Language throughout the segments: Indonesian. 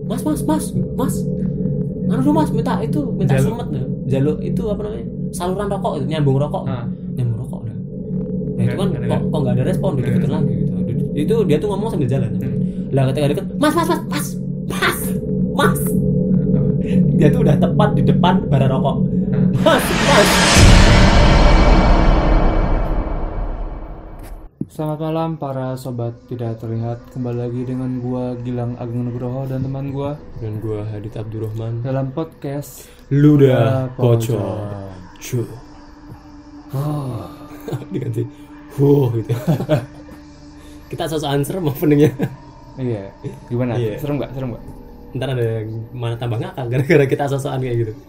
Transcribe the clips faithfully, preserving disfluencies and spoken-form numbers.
mas mas mas mas mana dulu mas minta itu minta semet nih jaluk itu apa namanya saluran rokok itu nyambung rokok nah. nyambung rokok dah nah itu kan kok kok nggak ada respon dideketin lagi gitu itu dia tuh ngomong sambil jalan hmm. lah ketika deket mas mas mas mas mas mas dia tuh udah tepat di depan bara rokok mas mas. Selamat malam para sobat tidak terlihat. Kembali lagi dengan gua Gilang Agung Nugroho dan teman gua dan gua Hadit Abdurrahman dalam podcast Ludah Pocong. Cu. Oh, diganti. Huh gitu. Kita sosokan serem openingnya. Iya. Gimana? Iya. Serem enggak? Serem enggak? Ntar ada yang mana tambah ngakak gara-gara kita sosokan kayak gitu.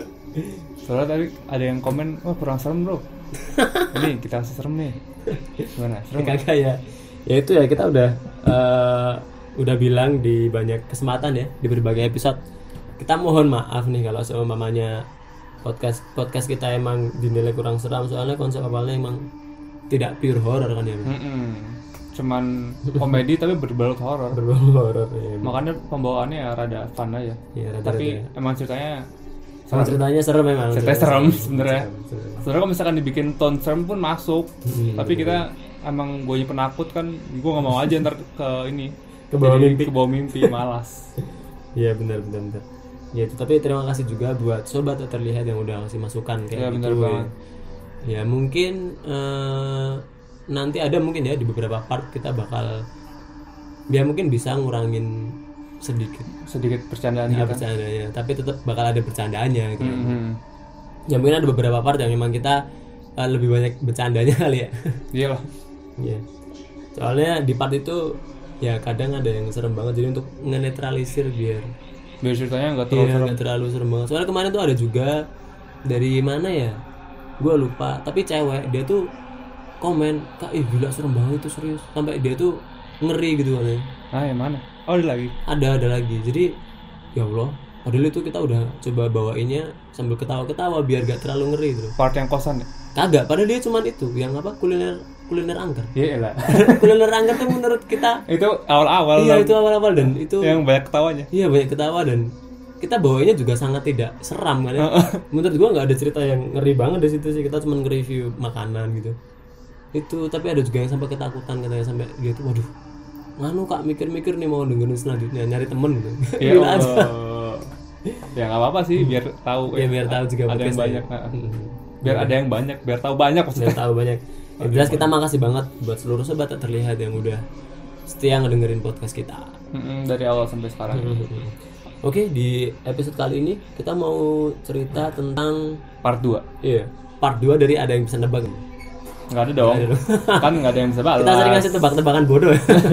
Soalnya tadi ada yang komen, wah kurang serem bro. Ini kita serem nih. Gimana? Serem kagak ya? Ya itu ya kita udah uh, udah bilang di banyak kesempatan ya di berbagai episode. Kita mohon maaf nih kalau seumpamanya podcast podcast kita emang dinilai kurang seram soalnya konsep awalnya emang tidak pure horror kan ya. Mm-mm. Cuman komedi tapi berbalut horror. Berbalut horror. Ya, makanya pembawaannya ya rada fun aja. Ya, tapi rada. emang ceritanya sama ceritanya serem memang. Ceritanya serem sebenarnya. Sebenarnya kalau misalkan dibikin tone serem pun masuk. Hmm, tapi kita emang gue penakut kan, gue nggak mau aja ntar ke ini ke bawah mimpi, ke bawah mimpi malas. Iya benar benar benar. Ya itu tapi terima kasih juga buat sobat terlihat yang udah kasih masukan kayak ya, gitu. Benar banget. Ya mungkin uh, nanti ada mungkin ya di beberapa part kita bakal dia mungkin bisa ngurangin sedikit sedikit bercandaan ya, kita. bercandanya, tapi tetap bakal ada bercandaannya gitu. Mm-hmm. Ya mungkin ada beberapa part yang memang kita uh, lebih banyak bercandanya kali ya. Iya lah. Iya. Soalnya di part itu ya kadang ada yang serem banget jadi untuk ngenetralisir biar biar ceritanya nggak terlalu iya, serem. Nggak terlalu serem banget. Soalnya kemarin tuh ada juga dari mana ya? Gue lupa. Tapi cewek dia tuh komen, kak, ih gila serem banget itu serius. Sampai dia tuh ngeri gitu kan. Ah yang mana? Oh ada lagi. Ada ada lagi. Jadi ya Allah, padahal itu kita udah coba bawainnya sambil ketawa-ketawa biar gak terlalu ngeri gitu. Part yang kosan ya? Kagak, padahal dia cuman itu yang apa kuliner kuliner angker. Iya lah. Kuliner angker tuh menurut kita itu awal-awal. Iya itu awal-awal dan itu yang banyak ketawanya. Iya banyak ketawa dan kita bawainnya juga sangat tidak seram kan ya. Menurut gua nggak ada cerita yang ngeri banget di situ sih, kita cuma nge-review makanan gitu. Itu tapi ada juga yang sampai ketakutan katanya sampai dia tuh waduh. Nganu kak mikir-mikir nih mau dengerin selanjutnya nyari temen gitu. Ya Allah. Ya nggak apa-apa sih biar tahu. Ya biar tahu juga ada yang banyak. Ya. Biar ada yang banyak, biar tahu banyak maksudnya. Biar tahu banyak. Ya, jelas kita makasih banget buat seluruh sobat tak terlihat yang udah setia ngedengerin podcast kita. Mm-mm, dari awal sampai sekarang. Oke, di episode kali ini kita mau cerita tentang part dua. Iya, part dua dari ada yang bisa nebak. Enggak ada dong. Kan enggak ada yang bisa balas. Kita sering ngasih tebak-tebakan bodoh.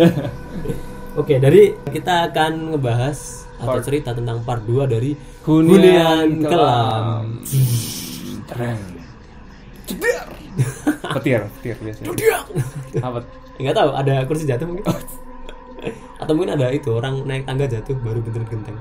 Oke, dari kita akan ngebahas part, atau cerita tentang part dua dari Hunian Kelam. Keren. Petir, petir biasanya. Apa? Enggak tahu, ada kursi jatuh mungkin. Atau mungkin ada itu orang naik tangga jatuh baru bentuk genteng.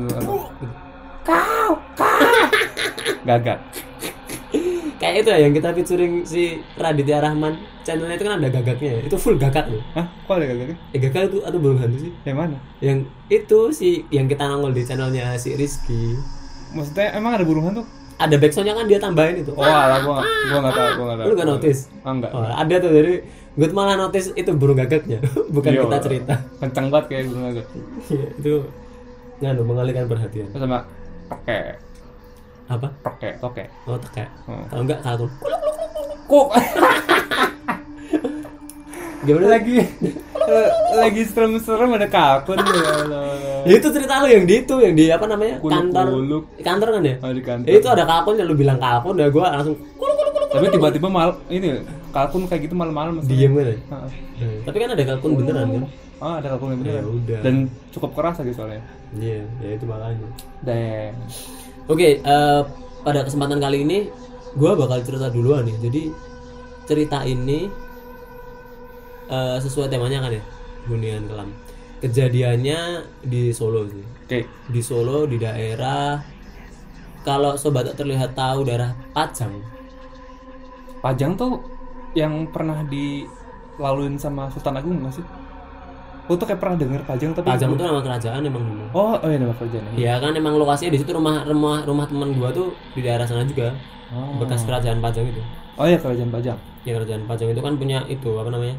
Kau, kau. Gagak. Kayak itu ya yang kita featuring si Raditya Rahman. Channelnya itu kan ada gagaknya ya. Itu full gagak loh. Hah? Kok ada gagaknya? Eh gagak itu atau burung hantu sih? Yang mana? Yang itu sih yang kita nongol di channelnya si Rizky. Maksudnya emang ada burung hantu? Ada backsoundnya kan dia tambahin itu. Oh alah gua gua enggak tahu, gua enggak tahu. Lu enggak notice? Oh, enggak. Oh, ada tuh jadi gue malah notice itu burung gagaknya, bukan Yo, kita cerita. Kenceng banget kayak burung gagak. Iya, itu nganu mengalihkan perhatian. Terus sama toke. Apa? Toke, toke. Oh, teke. Hmm. Kalau enggak kalkun. Kok Gimana lagi lagi serem-serem ada kalkun ya Allah. Ya itu cerita lu yang di itu yang di apa namanya? Kuluk, kantor. kuluk. Kantor kan ya? Oh, di kantor. Ya, itu ada kalkun yang lu bilang kalkun ya gua langsung kuluk kuluk kuluk. Tapi tiba-tiba mal ini kalkun kayak gitu malam-malam maksudnya. Diem kan ya? Heeh. Hmm. Tapi kan ada kalkun beneran kan? Oh, ada kalkun yang beneran. Ya udah. Dan cukup keras lagi soalnya. Iya, ya itu makanya. Damn. Oke, uh, pada kesempatan kali ini gua bakal cerita duluan nih. Jadi cerita ini uh, sesuai temanya kan ya, Hunian Kelam. Kejadiannya di Solo sih. Oke. Okay. Di Solo di daerah kalau sobat tak terlihat tahu daerah Pajang. Pajang tuh yang pernah dilaluin sama Sultan Agung nggak sih? Oh tuh kayak pernah dengar Pajang tapi Pajang itu nama kerajaan emang dulu. Oh, oh iya nama kerajaan. Iya kan emang lokasinya di situ rumah rumah rumah teman gua tuh di daerah sana juga. Oh. Bekas kerajaan Pajang itu. Oh iya kerajaan Pajang. Ya kerajaan Pajang itu kan punya itu apa namanya?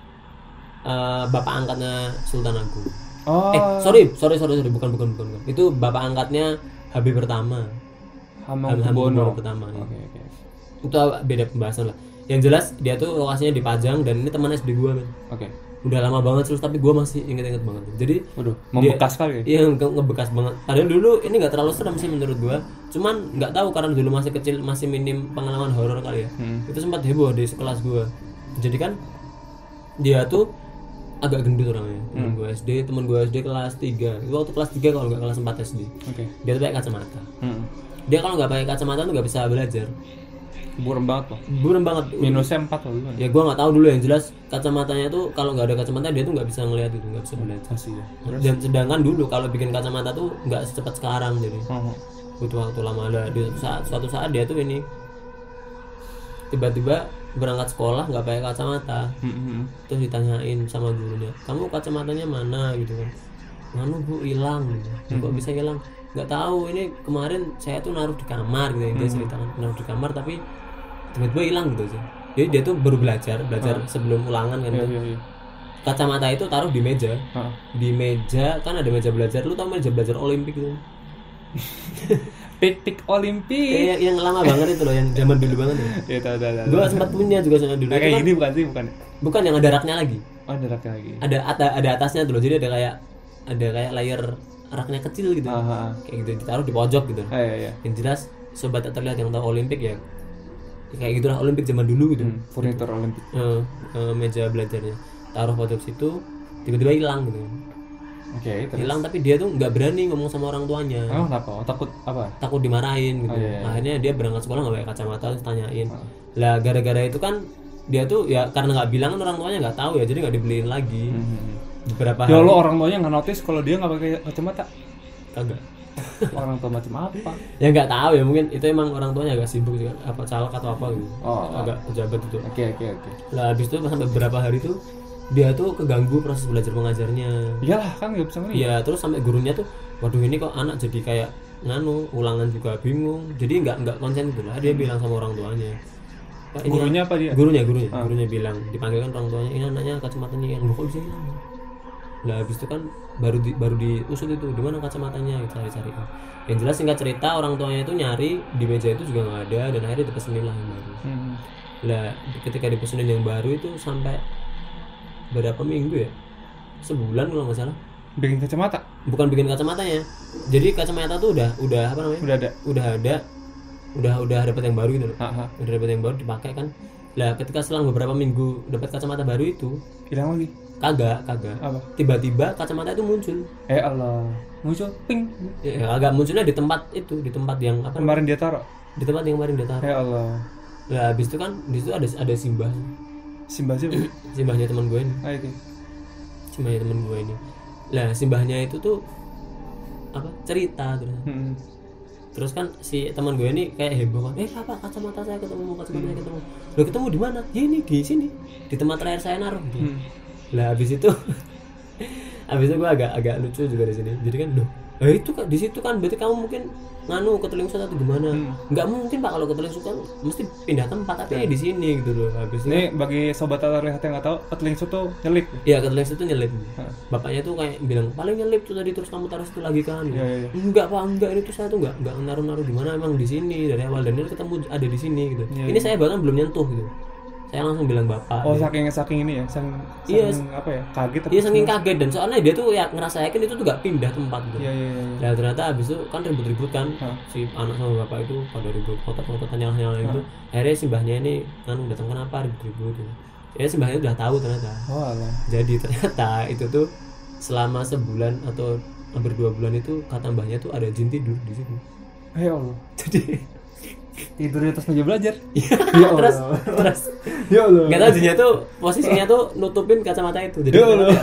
Uh, bapak angkatnya Sultan Agung. Oh. Eh sorry sorry sorry sorry bukan bukan bukan, bukan. Itu bapak angkatnya Habib pertama. Hamengkubuwono pertama. Oke okay, oke. Okay. Itu beda pembahasan lah. Yang jelas dia tuh lokasinya di Pajang dan ini teman S D gua kan. Oke. Okay. Udah lama banget terus tapi gue masih inget-inget banget. Jadi waduh, membekas kali ya? Iya, nge ngebekas banget. Padahal dulu ini nggak terlalu serem sih menurut gue. Cuman nggak tahu karena dulu masih kecil, masih minim pengalaman horor kali ya. Hmm. Itu sempat heboh di sekelas gue. Jadi kan dia tuh agak gendut orangnya. Temen hmm. gue S D, temen gue S D kelas tiga. Itu waktu kelas tiga kalau nggak kelas empat S D. Oke. Okay. Dia tuh pakai kacamata. Hmm. Dia kalau nggak pakai kacamata tuh nggak bisa belajar. Burem banget loh. Burem banget. Minusnya empat loh gimana? Ya gue nggak tahu dulu, yang jelas kacamatanya tuh kalau nggak ada kacamata dia tuh nggak bisa ngelihat itu, nggak bisa belajar. Ya. Dan sedangkan dulu kalau bikin kacamata tuh nggak secepat sekarang jadi. Uh-huh. Butuh waktu lama. Ada di saat suatu saat dia tuh ini tiba-tiba berangkat sekolah nggak pakai kacamata. Uh-huh. Terus ditanyain sama gurunya, kamu kacamatanya mana gitu kan? Nganu bu hilang gitu. Uh-huh. Kok bisa hilang? Nggak tahu, ini kemarin saya tuh naruh di kamar gitu. Dia ceritakan naruh di kamar tapi tiba-tiba hilang gitu sih. Jadi dia tuh baru belajar, belajar uh. sebelum ulangan kan. Iya, iya, iya. Kacamata itu taruh di meja. Uh. Di meja kan ada meja belajar. Lu tau meja belajar Olimpik gitu. Pik-pik Olimpik. Kayak yang lama banget itu loh, yang zaman dulu banget ya. Iya, tahu tahu. Gua sempat punya juga sana dulu. Nah, kayak gini bukan sih, bukan. Bukan yang ada raknya lagi. Oh, ada raknya lagi. Ada ada, ada atasnya tuh loh. Jadi ada kayak ada kayak layer raknya kecil gitu. Uh-huh. Kayak gitu ditaruh di pojok gitu. Uh, iya, iya. Yang jelas sobat tak terlihat yang tahu Olimpik ya kayak gitulah Olimpik zaman dulu gitu. Hmm, furnitur Olimpik. Uh, uh, meja belajarnya taruh pojok situ, tiba-tiba hilang gitu. Oke, okay, hilang tapi dia tuh nggak berani ngomong sama orang tuanya. Oh, kenapa? Oh, takut apa? Takut dimarahin gitu. Oh, iya, iya. Akhirnya dia berangkat sekolah nggak pakai kacamata, terus tanyain. Oh. Lah gara-gara itu kan dia tuh ya karena nggak bilang kan orang tuanya nggak tahu ya, jadi nggak dibeliin lagi. Hmm. Beberapa hari. Ya lo orang tuanya nggak notice kalau dia nggak pakai kacamata? Kagak. Orang tua macam apa? Ya nggak tahu ya, mungkin itu emang orang tuanya agak sibuk juga, apa caleg atau apa gitu. Oh, agak pejabat itu. Oke okay, oke okay, oke. Okay. Lah habis itu sampai beberapa hari tuh dia tuh keganggu proses belajar mengajarnya. Iyalah kan nggak bisa ngeliat. Iya, terus sampai gurunya tuh, waduh ini kok anak jadi kayak nganu, ulangan juga bingung. Jadi nggak nggak konsen gitu lah. Dia bilang sama orang tuanya. Pak, gurunya apa dia? Gurunya gurunya ah. gurunya bilang, dipanggilkan orang tuanya, ini anaknya kacamatanya yang kok bisa hilang. Lah habis itu kan baru di, baru diusut itu di mana kacamatanya, cari-cari. Yang jelas singkat cerita orang tuanya itu nyari di meja itu juga nggak ada dan akhirnya dipesenin lah yang baru. Hmm. Lah ketika dipesenin yang baru itu sampai berapa minggu ya? Sebulan kalau nggak salah. Bikin kacamata? Bukan bikin kacamatanya. Jadi kacamata tuh udah udah apa namanya? Udah ada. Udah ada. Udah udah dapat yang baru gitu loh. Udah dapat yang baru dipakai kan. Lah ketika selang beberapa minggu dapat kacamata baru itu hilang lagi. Kagak, kagak. Apa? Tiba-tiba kacamata itu muncul. Eh Allah. Muncul ping. Ya, agak munculnya di tempat itu, di tempat yang apa? Kemarin dia taruh. Di tempat yang kemarin dia taruh. Ya Allah. Lah habis itu kan di situ ada ada simbah. Simbah siapa? Simbahnya teman gue ini. Ah itu. Simbahnya teman gue ini. Lah simbahnya itu tuh apa? Cerita terus. Hmm. Terus kan si teman gue ini kayak heboh kan, eh apa kacamata saya ketemu, kacamata hmm. saya ketemu. Lo ketemu di mana? Ya ini di sini, di tempat terakhir saya naruh. Hmm. Lah habis itu, habis itu gue agak agak lucu juga di sini. Jadi kan, loh, lah itu kan di situ kan berarti kamu mungkin nganu ketelingsut atau gimana? Hmm. Nggak mungkin pak kalau ketelingsut kan mesti pindah tempat, tapi ya di sini gitu loh. Habis ini kan, bagi sobat terlihat yang nggak tahu, ketelingsut tuh nyelip. Iya ketelingsut tuh nyelip. Hmm. Bapaknya tuh kayak bilang paling nyelip tuh tadi terus kamu taruh situ lagi kan? Ya, ya, ya. Enggak pak, enggak ini tuh saya tuh nggak nggak naruh-naruh di mana, emang di sini dari awal dan ini ketemu ada di sini gitu. Ya, ini ya. Saya bahkan belum nyentuh gitu. Saya langsung bilang bapak. Oh, saking saking ini ya, saking, iya, saking apa ya? Kaget. Iya, saking kaget dan soalnya dia tuh ya ngerasa yakin itu tuh gak pindah tempat gitu. Iya, iya, iya. Nah, ternyata habis itu kan ribut-ribut kan. Huh? Si anak sama bapak itu pada ribut, kotak-kotakan nyala-nyala huh? itu. Akhirnya simbahnya ini kan datang kenapa ribut-ribut gitu. Ya simbahnya udah tahu ternyata. Oh, alah. Jadi ternyata itu tuh selama sebulan atau hampir dua bulan itu kata mbahnya tuh ada jin tidur di situ. Ya Allah. Jadi tidur di atas meja belajar. Ya terus terus ya Allah. Enggak tahu jinnya tuh posisinya tuh nutupin kacamata itu. Jadi ya Allah.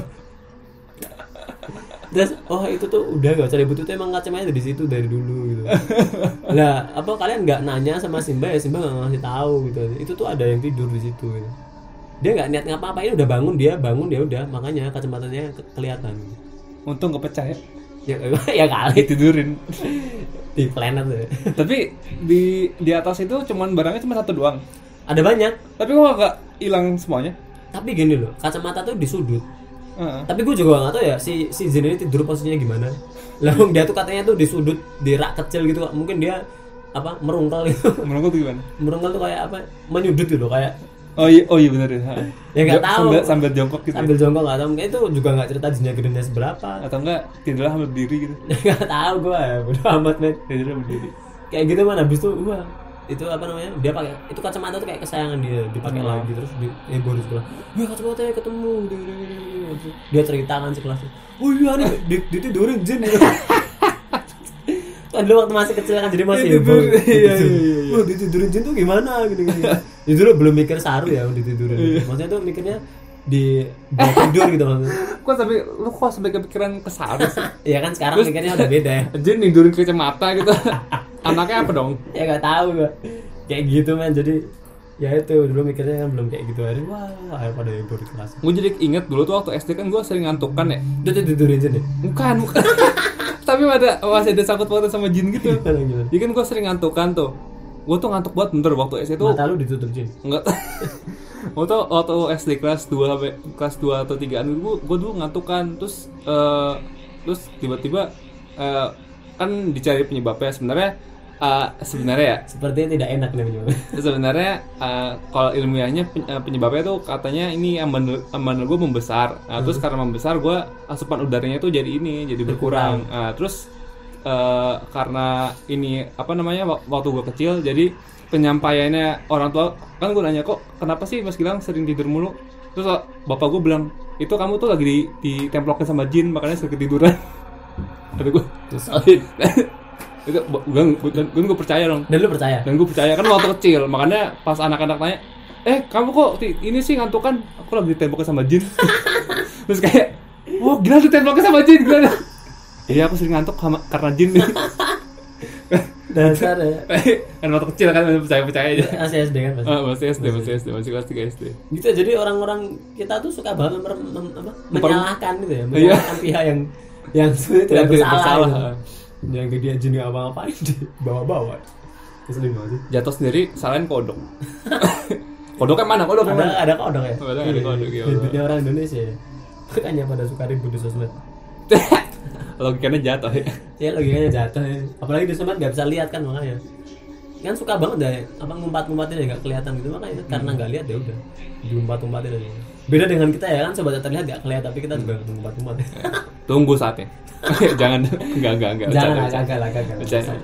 Terus oh itu tuh udah enggak usah ribut, itu emang kacamata di situ dari dulu gitu. Lah, apa kalian enggak nanya sama Simba ya? Simba enggak ngasih tahu gitu. Itu tuh ada yang tidur di situ gitu. dia nggak niat ngapa-ngapain, udah bangun dia bangun dia udah, makanya kacamatanya ke- kelihatan. Untung kepecah ya. Ya, ya kali Tidurin. di planet tuh. Tapi di di atas itu cuman barangnya cuma satu doang. Ada banyak. Tapi kok gak hilang semuanya? Tapi gini loh, kacamata tuh di sudut. Uh-huh. Tapi gue juga gak tahu ya si si Jin ini tidur posisinya gimana. Lah dia tuh katanya tuh di sudut, di rak kecil gitu. Mungkin dia apa merungkel gitu. Merungkel tuh gimana? Merungkel tuh kayak apa? Menyudut gitu kayak. Oh iya, oh iya benar ya. Ya nggak tahu. Sambil, sambil jongkok gitu. Sambil jongkok nggak tahu. Mungkin itu juga nggak cerita jinnya gedenya seberapa. Atau enggak tidurnya sambil berdiri gitu. Nggak tahu gue. Bodoh amat men. Tidurnya berdiri. Kayak gitu man. Habis itu wah itu apa namanya? Dia pakai itu kacamata tuh kayak kesayangan dia, dipakai Hmm. lagi terus di ya baru sekolah. Wah kacamatanya ketemu. Dia cerita kan sekelasnya. Oh iya nih ditidurin jin. Kan dulu waktu masih kecil kan jadi masih heboh. Iya iya iya. Wah ditidurin jin tuh gimana gini-gini. Itu dulu belum mikir saru ya ditidurin. Maksudnya tuh mikirnya di bawah tidur gitu maksudnya. Kok sampai lu kok sampai kepikiran ke sana sih? Iya kan sekarang mikirnya udah beda ya. Jin nidurin kacamata gitu. Anaknya apa dong? Ya enggak tahu gua. Kayak gitu men jadi ya itu dulu mikirnya kan belum kayak gitu aja. Wah, ayo pada heboh di kelas. Gue jadi inget dulu tuh waktu S D kan gue sering ngantuk kan ya. Itu tidurin jin ya? Bukan, bukan. Tapi ada masih ada sangkut pautnya sama jin gitu. Gimana gimana? Jadi kan gue sering ngantuk kan tuh. Gue tuh ngantuk banget bener waktu S D tuh. Mata lu ditutup jin. Enggak. Waktu waktu S D kelas dua sampai kelas dua atau tigaan gue gue dulu ngantuk kan. Terus uh, terus tiba-tiba uh, kan dicari penyebabnya sebenarnya uh, sebenarnya ya Sepertinya tidak enak nih penyebabnya. sebenarnya uh, kalau ilmiahnya pen- uh, penyebabnya tuh katanya ini amandel amandel gue membesar. Nah, hmm. Terus karena membesar gue asupan udaranya tuh jadi ini jadi berkurang. Nah, terus uh, karena ini apa namanya waktu gue kecil jadi penyampaiannya orang tua kan gue nanya kok kenapa sih Mas Gilang sering tidur mulu, terus bapak gue bilang itu kamu tuh lagi di ditemplokin sama jin makanya sering ketiduran. Kata gue terus itu gue gue gue percaya dong. Dan lu percaya? Dan gue percaya kan waktu kecil, makanya pas anak-anak tanya, eh kamu kok ini sih ngantuk kan? Aku lagi ditemplokin sama jin. Terus kayak, wah gila ditemplokin sama jin gila. Iya aku sering ngantuk karena jin nih. Dasar ya. Kan waktu kecil kan masih percaya-percaya aja. Masih S D kan pasti. Oh, masih S D, masih S D, masih kelas tiga S D. Gitu jadi orang-orang kita tuh suka banget memper, mem, apa, menyalahkan gitu ya, menyalahkan pihak yang yang sebenarnya tidak bersalah. bersalah. Gitu. Yang dia jin nggak apa-apain di bawah-bawah. Keselin banget. Jatuh sendiri salahin kodok. Kodok kan mana? Kodok Ada mana? ada kodok ya? Ada ada kodok ya. Hidupnya orang Indonesia ya. Makanya pada suka ribut di sosmed. Logikanya jatuh ya. Ya logikanya jatuh ya. Apalagi di sosmed nggak bisa lihat kan makanya. Kan suka banget deh apa ngumpat-ngumpatin ya nggak kelihatan gitu makanya hmm. karena nggak lihat ya udah diumpat-umpatin aja. Beda dengan kita ya kan sobat terlihat nggak kelihatan tapi kita juga ngumpat-ngumpat. Tunggu saatnya. Jangan enggak enggak enggak. Jangan agak lah agak.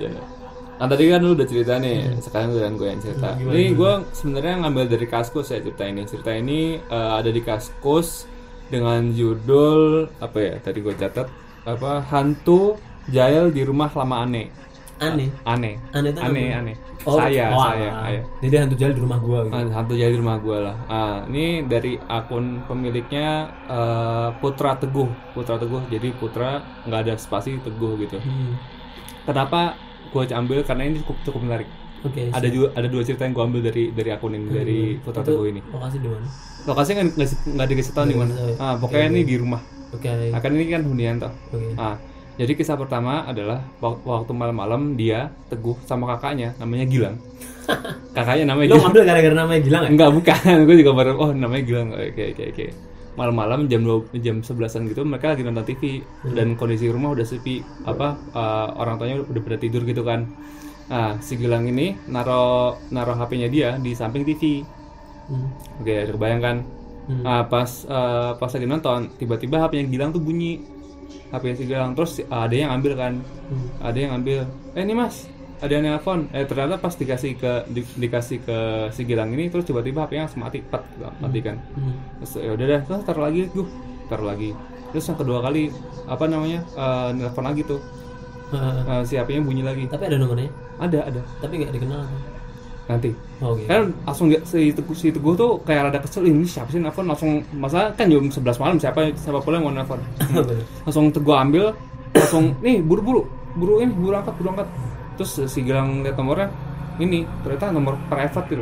Nah tadi kan lu udah cerita nih, hmm. sekarang gue gue yang cerita. Hmm, ini gue sebenarnya ngambil dari Kaskus ya cerita ini. Cerita ini uh, ada di Kaskus dengan judul apa ya? Tadi gue catat apa? Hantu Jail di Rumah Lama Aneh. Aneh. Aneh. Aneh itu aneh, aneh. Oh, saya, oh, saya, ah. saya. Jadi hantu jail di rumah gua gitu. Hantu jail di rumah gua lah. Ah, ini dari akun pemiliknya uh, Putra Teguh. Putra Teguh. Jadi Putra nggak ada spasi Teguh gitu. Hmm. Kenapa gua ambil? Karena ini cukup cukup menarik. Oke. Okay, ada juga ada dua cerita yang gua ambil dari dari akun ini, hmm. dari Putra Teguh ini. Lokasi di mana? Lokasinya nggak nggak dikasih tahu di mana. Ah, pokoknya okay. Ini di rumah. Oke. Okay. Akan ini kan hunian toh. Okay. Ah. Jadi kisah pertama adalah waktu malam-malam dia Teguh sama kakaknya namanya Gilang. Kakaknya namanya Gilang. Lo ngambil gara-gara namanya Gilang ya? Enggak, bukan. Gue juga baru oh namanya Gilang. Oke oke oke. Malam-malam jam dua jam sebelasan gitu mereka lagi nonton T V hmm. dan kondisi rumah udah sepi. Apa uh, orang tuanya udah pada tidur gitu kan. Nah, si Gilang ini naro naro H P-nya dia di samping T V. Hmm. Oke, ada kebayangkan. Hmm. Nah, pas uh, pas lagi nonton tiba-tiba H P-nya Gilang tuh bunyi. H P si Gilang terus ada yang ambil kan, hmm. ada yang ambil, eh ini mas, ada yang nelfon, eh ternyata pas dikasih ke di, dikasih ke si Gilang ini terus tiba-tiba H P-nya langsung mati, pat, mati kan, hmm. terus ya udah deh, terus taruh lagi, gue taruh lagi, terus yang kedua kali apa namanya uh, nelfon lagi tuh, uh, si H P-nya bunyi lagi. Tapi ada nomornya? Ada ada. Tapi nggak dikenal kan? Nanti. Oh, okay. Kan langsung si Teguh, si Teguh tuh kayak rada kesel ini siapa sih nelfon langsung masa kan jam sebelas malam siapa siapa pula yang mau nelfon. Langsung Teguh ambil langsung nih buru-buru buru ini buru angkat buru angkat terus si Gilang lihat nomornya ini ternyata nomor private gitu.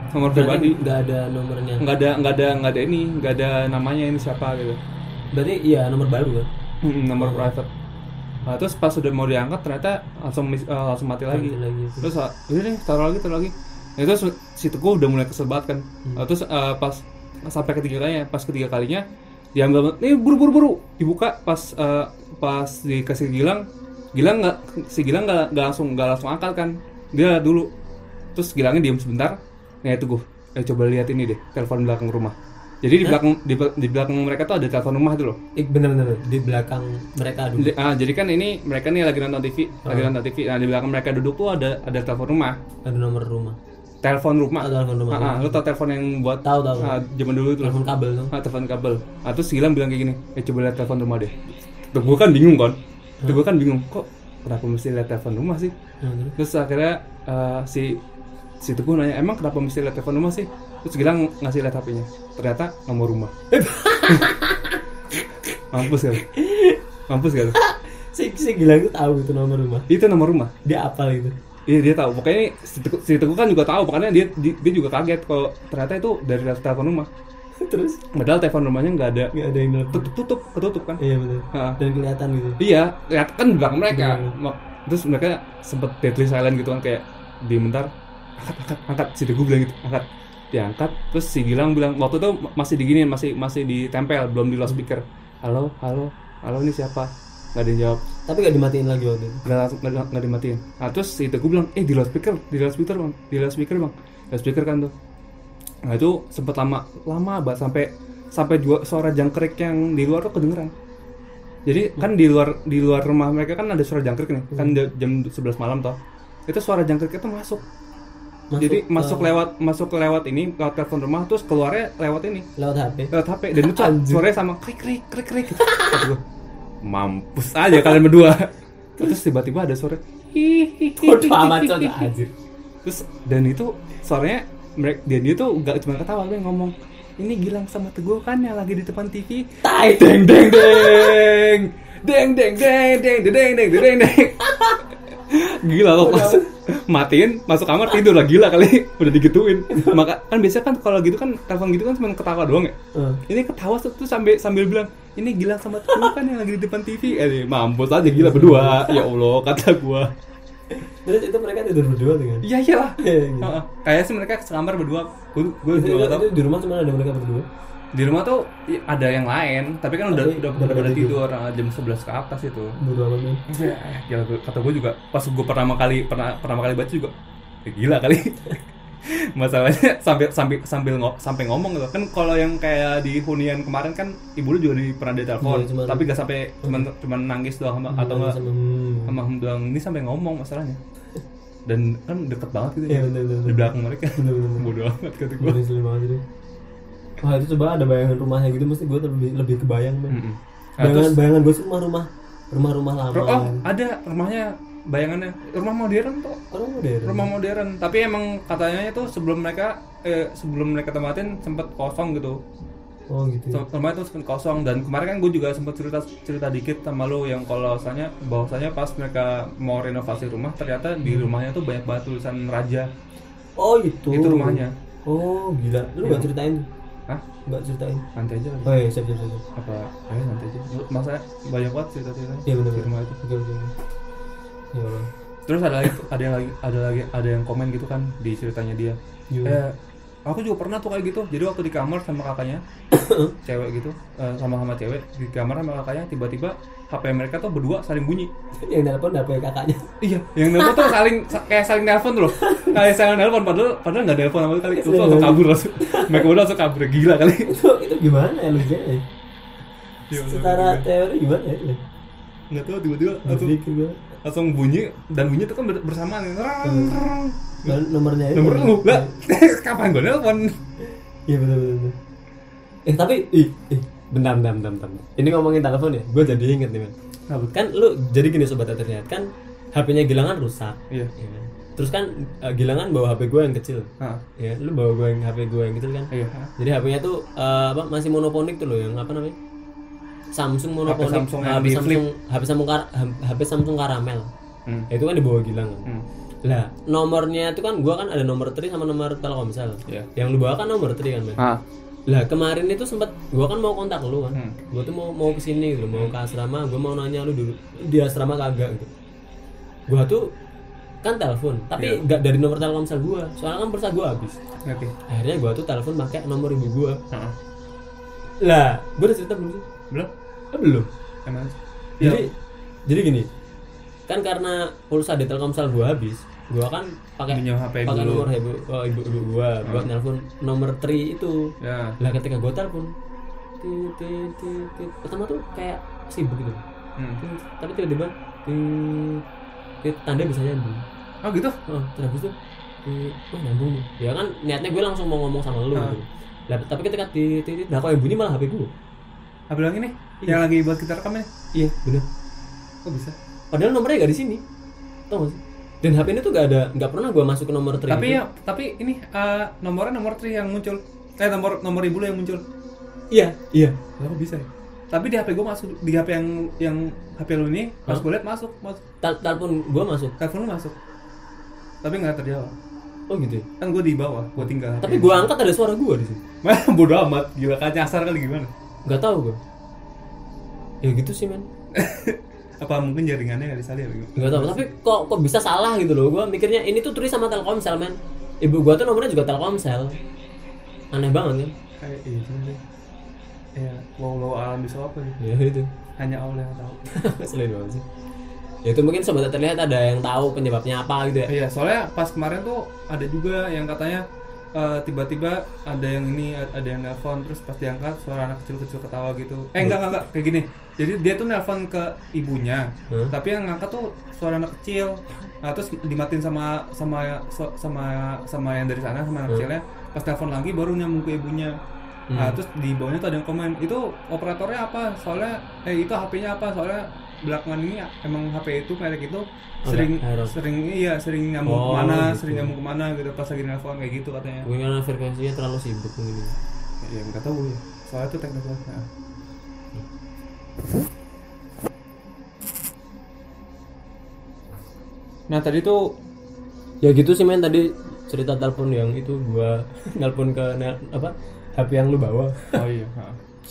Nomor pribadi. Nggak ada nomornya. Nggak ada nggak ada nggak ada ini nggak ada namanya ini siapa gitu. Berarti iya nomor baru kan? Hmm, nomor oh. private. Nah, terus pas sudah mau diangkat ternyata langsung uh, langsung mati lagi. Mati lagi terus udah nih taruh lagi taruh lagi. Nah, itu si Teguh udah mulai kesel banget kan. Hmm. Nah, terus uh, pas sampai ketiga kalinya, pas ketiga kalinya diambil, nih buru-buru-buru dibuka pas uh, pas dikasih Gilang, Gilang nggak si Gilang nggak nggak langsung nggak langsung angkat kan, dia dulu. Terus Gilangnya diam sebentar, nih Teguh, eh coba lihat ini deh telepon belakang rumah. Jadi di belakang di, di belakang mereka tuh ada telepon rumah tuh loh. Eh, bener-bener di belakang mereka duduk. Ah, jadi kan ini mereka nih lagi nonton T V, oh. lagi nonton T V. Nah di belakang mereka duduk tuh ada ada telepon rumah. Ada nomor rumah. Telepon rumah. Oh, telepon rumah. Ah, ah, lo tau telepon yang buat tahu tahu. Ah, zaman dulu itu. Telepon kabel tuh. Ah, telepon kabel. Ah, terus Gilang bilang kayak gini, eh coba lihat telepon rumah deh. Tuh gue kan bingung kan. Tuh gue kan bingung, kok kenapa mesti lihat telepon rumah sih? Hmm. Terus akhirnya uh, si si Teguh nanya, emang kenapa mesti lihat telepon rumah sih? Terus Gilang ngasih lihat H P-nya. Ternyata nomor rumah. Mampus kan? Mampus kan? Si si Gilang itu tahu itu nomor rumah. Itu nomor rumah. Dia apal itu. Iya dia tahu. Pokoknya si Teguh, si Teguh kan juga tahu. Makanya dia dia juga kaget kalau ternyata itu dari telepon rumah. Terus padahal telepon rumahnya nggak ada. Nggak ada yang tutup, tutup, ketutup kan? Iya benar. Ha. Dan kelihatan gitu. Iya, lihat kan di belakang mereka. Bener. Terus mereka sempet deadly silent gitu kan, kayak di bentar angkat angkat angkat si Teguh bilang gitu, angkat. Diangkat, terus si Gilang bilang waktu itu masih diginiin, masih masih ditempel, belum di loudspeaker. Halo, halo, halo ini siapa? Nggak ada yang jawab. Tapi nggak dimatiin lagi waktu itu. Nggak nggak nggak dimatiin. Nah terus si Teguh bilang, eh di loudspeaker, di loudspeaker bang, di loudspeaker bang, loudspeaker kan tuh. Nah itu sempet lama, lama banget sampai sampai juga suara jangkrik yang di luar tuh kedengeran. Jadi hmm. kan di luar di luar rumah mereka kan ada suara jangkrik nih, hmm. kan jam sebelas malam toh. Itu suara jangkrik itu masuk. Masuk, jadi masuk uh, lewat masuk lewat ini lewat telepon rumah, terus keluarnya lewat ini lewat H P lewat H P dan itu suaranya sama krik krik krik krik gitu. Mampus aja kalian berdua. Terus tiba-tiba ada suara bodoh amat coba anjir. Terus dan itu suaranya mereka dia dia tuh enggak cuma ketawa, dia ngomong ini Gilang sama Teguh kan yang lagi di depan T V. Tai deng deng deng deng deng deng deng deng deng deng deng. Gila loh pas matiin masuk kamar tidur lah, gila kali udah digituin. Maka kan biasanya kan kalau gitu kan telepon gitu kan cuma ketawa doang ya. Uh. Ini ketawa tuh sambil sambil bilang ini Gilang sama Teguh kan yang lagi di depan T V. Eh mampus aja gila berdua. Ya Allah kata gua. Terus itu mereka tidur berdua tuh kan? Iya iyalah. Gitu. Uh, kayak sih mereka sekamar berdua. Gua gua juga enggak tahu. Di rumah cuma ada mereka berdua. Di rumah tuh ada yang lain, tapi kan udah tapi, udah udah pada tidur jam sebelas ke atas itu. Berdua apa nih? Ya, kata gue juga pas gue pertama kali pernah pertama kali baca juga ya, gila kali. Masalahnya sampai sampai sambil ngo, sampai ngomong gitu kan. Kalau yang kayak di hunian kemarin kan ibu lu juga di, pernah ditelepon, ya, tapi gak sampai cuman cuman nangis doang sama, atau enggak sama bilang ini sampai ngomong masalahnya. Dan kan deket banget gitu ya, bener, bener, di belakang mereka. Bodoh amat kata gue. Wah itu coba ada bayangan rumahnya gitu, mesti gue lebih lebih kebayang men. Mm-hmm. Bayangan terus, bayangan gue rumah-rumah rumah-rumah lama. Oh ada rumahnya bayangannya rumah modern tuh. Rumah modern. Rumah modern. Tapi emang katanya itu sebelum mereka eh, sebelum mereka tempatin sempat kosong gitu. Oh gitu. Ya. Rumah itu sempat kosong dan kemarin kan gue juga sempat cerita cerita dikit sama lo yang kalau bahwasanya bahwasanya pas mereka mau renovasi rumah ternyata hmm. di rumahnya tuh banyak banget tulisan raja. Oh itu. Itu rumahnya. Oh gila. Lu enggak ya. Ceritain? Hah? Enggak ceritain? Nanti aja lagi. Oh iya, siap, siap, siap. Apa? Ayo nanti aja. Masa banyak banget cerita-ceritanya. Iya benar. Di rumah itu. Oke, oke. Ya Allah. Terus ada lagi, ada yang lagi, ada lagi, ada yang komen gitu kan di ceritanya dia. Yo. Eh, aku juga pernah tuh kayak gitu. Jadi waktu di kamar sama kakaknya, cewek gitu, uh, sama-sama cewek di kamar sama kakaknya, tiba-tiba H P mereka tuh berdua saling bunyi. Yang nelpon H P kakaknya. Iya, yang nelpon tuh saling kayak saling nelpon tuh loh. Kayak saling nelpon padahal padahal enggak nelpon sama sekali. Itu langsung kabur langsung. Mereka udah langsung kabur, gila kali. Itu itu gimana ya lucunya ya? Secara teori gimana ya? Enggak tahu tiba-tiba langsung langsung bunyi dan bunyi itu kan bersamaan. Dan nomornya itu. Nomor lu. Lah, kapan gue nelpon? Iya betul betul. Eh tapi ih, ih bentar, bentar, bentar, bentar. Ini ngomongin telepon ya, gue jadi inget nih men. Nah, kan lu jadi gini sobat ternyata kan H P-nya Gilangan rusak. Iya. Ya kan? Terus kan uh, Gilangan bawa H P gue yang kecil. Heeh. Ya, lu bawa gue yang H P gue yang kecil kan. Iya. Jadi H P-nya tuh uh, apa masih monoponik tuh loh, yang apa namanya? Samsung monoponik. H P Samsung, H P Samsung, H P Samsung, H P Samsung Karamel. Hmm. Itu kan dibawa Gilangan. Hmm. Lah, nomornya itu kan gua kan ada nomor tri sama nomor Telkomsel. Yeah. Yang lu bawa kan nomor tri kan, Men? Ah. Lah, kemarin itu sempat gua kan mau kontak lu kan. Hmm. Gua tuh mau mau ke sini gitu, mau ke asrama, gua mau nanya lu dulu di asrama kagak gitu. Gua tuh kan telepon, tapi enggak yeah. dari nomor Telkomsel gua. Soalnya kan pulsa gua habis. Oke. Okay. Akhirnya gua tuh telepon pakai nomor ibu gua. Heeh. Lah, gua udah cerita belum sih? Belum? Eh, belum. Emang. Jadi ya. jadi gini. Kan karena pulsa di Telkomsel gua habis, gua kan pakai pakai nomor ibu oh, ibu ibu gua buat hmm. nelpon nomor tri itu. Ya. Lah ketika gua telepon, tit tit tit pertama tuh kayak sibuk gitu. Hmm. Tapi tiba-tiba tit tanda bisa nyambung. Oh gitu? Oh, terus itu oh nyambung nih. Ya kan niatnya gue langsung mau ngomong sama lu hmm. gitu. Lah tapi ketika tit tit nah kok yang bunyi malah H P gua. H P yang ini? Iya. Yang lagi buat kita rekam ya? Iya, benar. Kok bisa? Padahal nomornya nggak di sini, tau gak sih? Dan H P ini tuh nggak ada, nggak pernah gue masuk ke nomor tri. Tapi itu. ya, tapi ini uh, nomornya nomor tri yang muncul, kayak nomor nomor ibu lo yang muncul. Iya, iya. Kenapa bisa ya? Tapi di H P gue masuk, di H P yang yang H P lo ini, pas gue liat masuk, masuk. Telepon gue masuk. Telepon lo masuk. Tapi nggak terjawab. Oh gitu. Kan gue di bawah, gue tinggal. Tapi gue angkat ada suara gue di sini. Bodoh amat, gila kan nyasar kali gimana? Nggak tahu gue. Ya gitu sih men. Apa mungkin jaringannya nggak disalin? Nggak tahu, tapi kok kok bisa salah gitu loh. Gue mikirnya ini tuh tulis sama Telkomsel men. Ibu gue tuh nomornya juga Telkomsel. Aneh banget kan? Kayak itu deh. Ya, wow alam bisa apa nih? Ya itu. Hanya Allah yang tahu. Selain banget sih. Ya itu mungkin sobat terlihat ada yang tahu penyebabnya apa gitu ya. Iya, soalnya pas kemarin tuh ada juga yang katanya uh, tiba-tiba ada yang ini ada yang nelpon terus pas diangkat suara anak kecil-kecil ketawa gitu. Eh enggak enggak, enggak kayak gini. Jadi dia tuh nelpon ke ibunya, hmm? tapi yang ngangkat tuh suara anak kecil. Nah, terus dimatiin sama sama sama sama yang dari sana sama anak hmm? kecilnya. Pas telepon lagi baru nyambung ke ibunya. Hmm. Nah, terus di bawahnya tuh ada yang komen, "Itu operatornya apa? Soalnya eh itu H P-nya apa? Soalnya belakangan ini emang H P itu merek itu sering oh, sering iya sering nyambung oh, kemana, gitu. sering nyambung kemana gitu pas lagi nelfon kayak gitu katanya." Mungkin frekuensinya terlalu sibuk mungkin. Ya enggak tahu ya. Soalnya itu teknik banget. Nah. Nah, tadi tuh ya gitu sih men, tadi cerita telepon yang itu gua nelpon ke nel, apa H P yang lu bawa. Oh iya, heeh.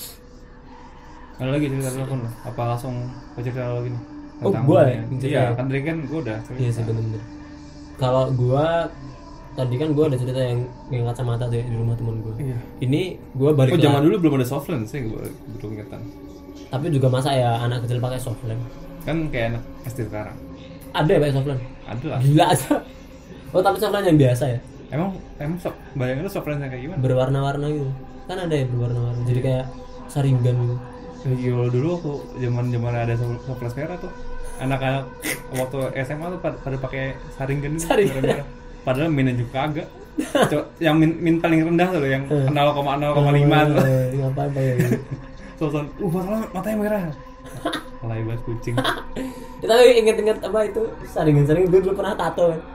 Ada lagi cerita telepon lah. Apa langsung ke cerita lagi nih? Oh, gua ya. Iya, kan tadi kan gua udah. Iya sih benar-benar. Kalau gua tadi kan gua ada cerita yang yang kacamata tuh ya, di rumah teman gua. Iya. Ini gua balik. Oh, zaman dulu belum ada soft lens sih gua belum ingatan. Tapi juga masa ya anak kecil pakai soft lens? Kan kayak anak S D sekarang. Ada ya pakai soft lens? Ada lah. Gila aja. Oh, tapi soft lens yang biasa ya? Emang emang so, bayangin lu soft lens yang kayak gimana? Berwarna-warna gitu. Kan ada ya berwarna-warna. Jadi kayak saringan gitu. Gila dulu aku zaman-zaman ada soft lens merah tuh. Anak-anak waktu S M A tuh pada, pada pakai saringan gitu. Merah-merah. Padahal minnya juga agak. Yang min, min paling rendah tuh loh, yang nol koma nol koma lima tuh. Ngapain ya? Soalnya, uh matanya, matanya merah. Alay banget kucing. Ya, tapi inget-inget apa itu saringan-saringan gue dulu pernah tato kan.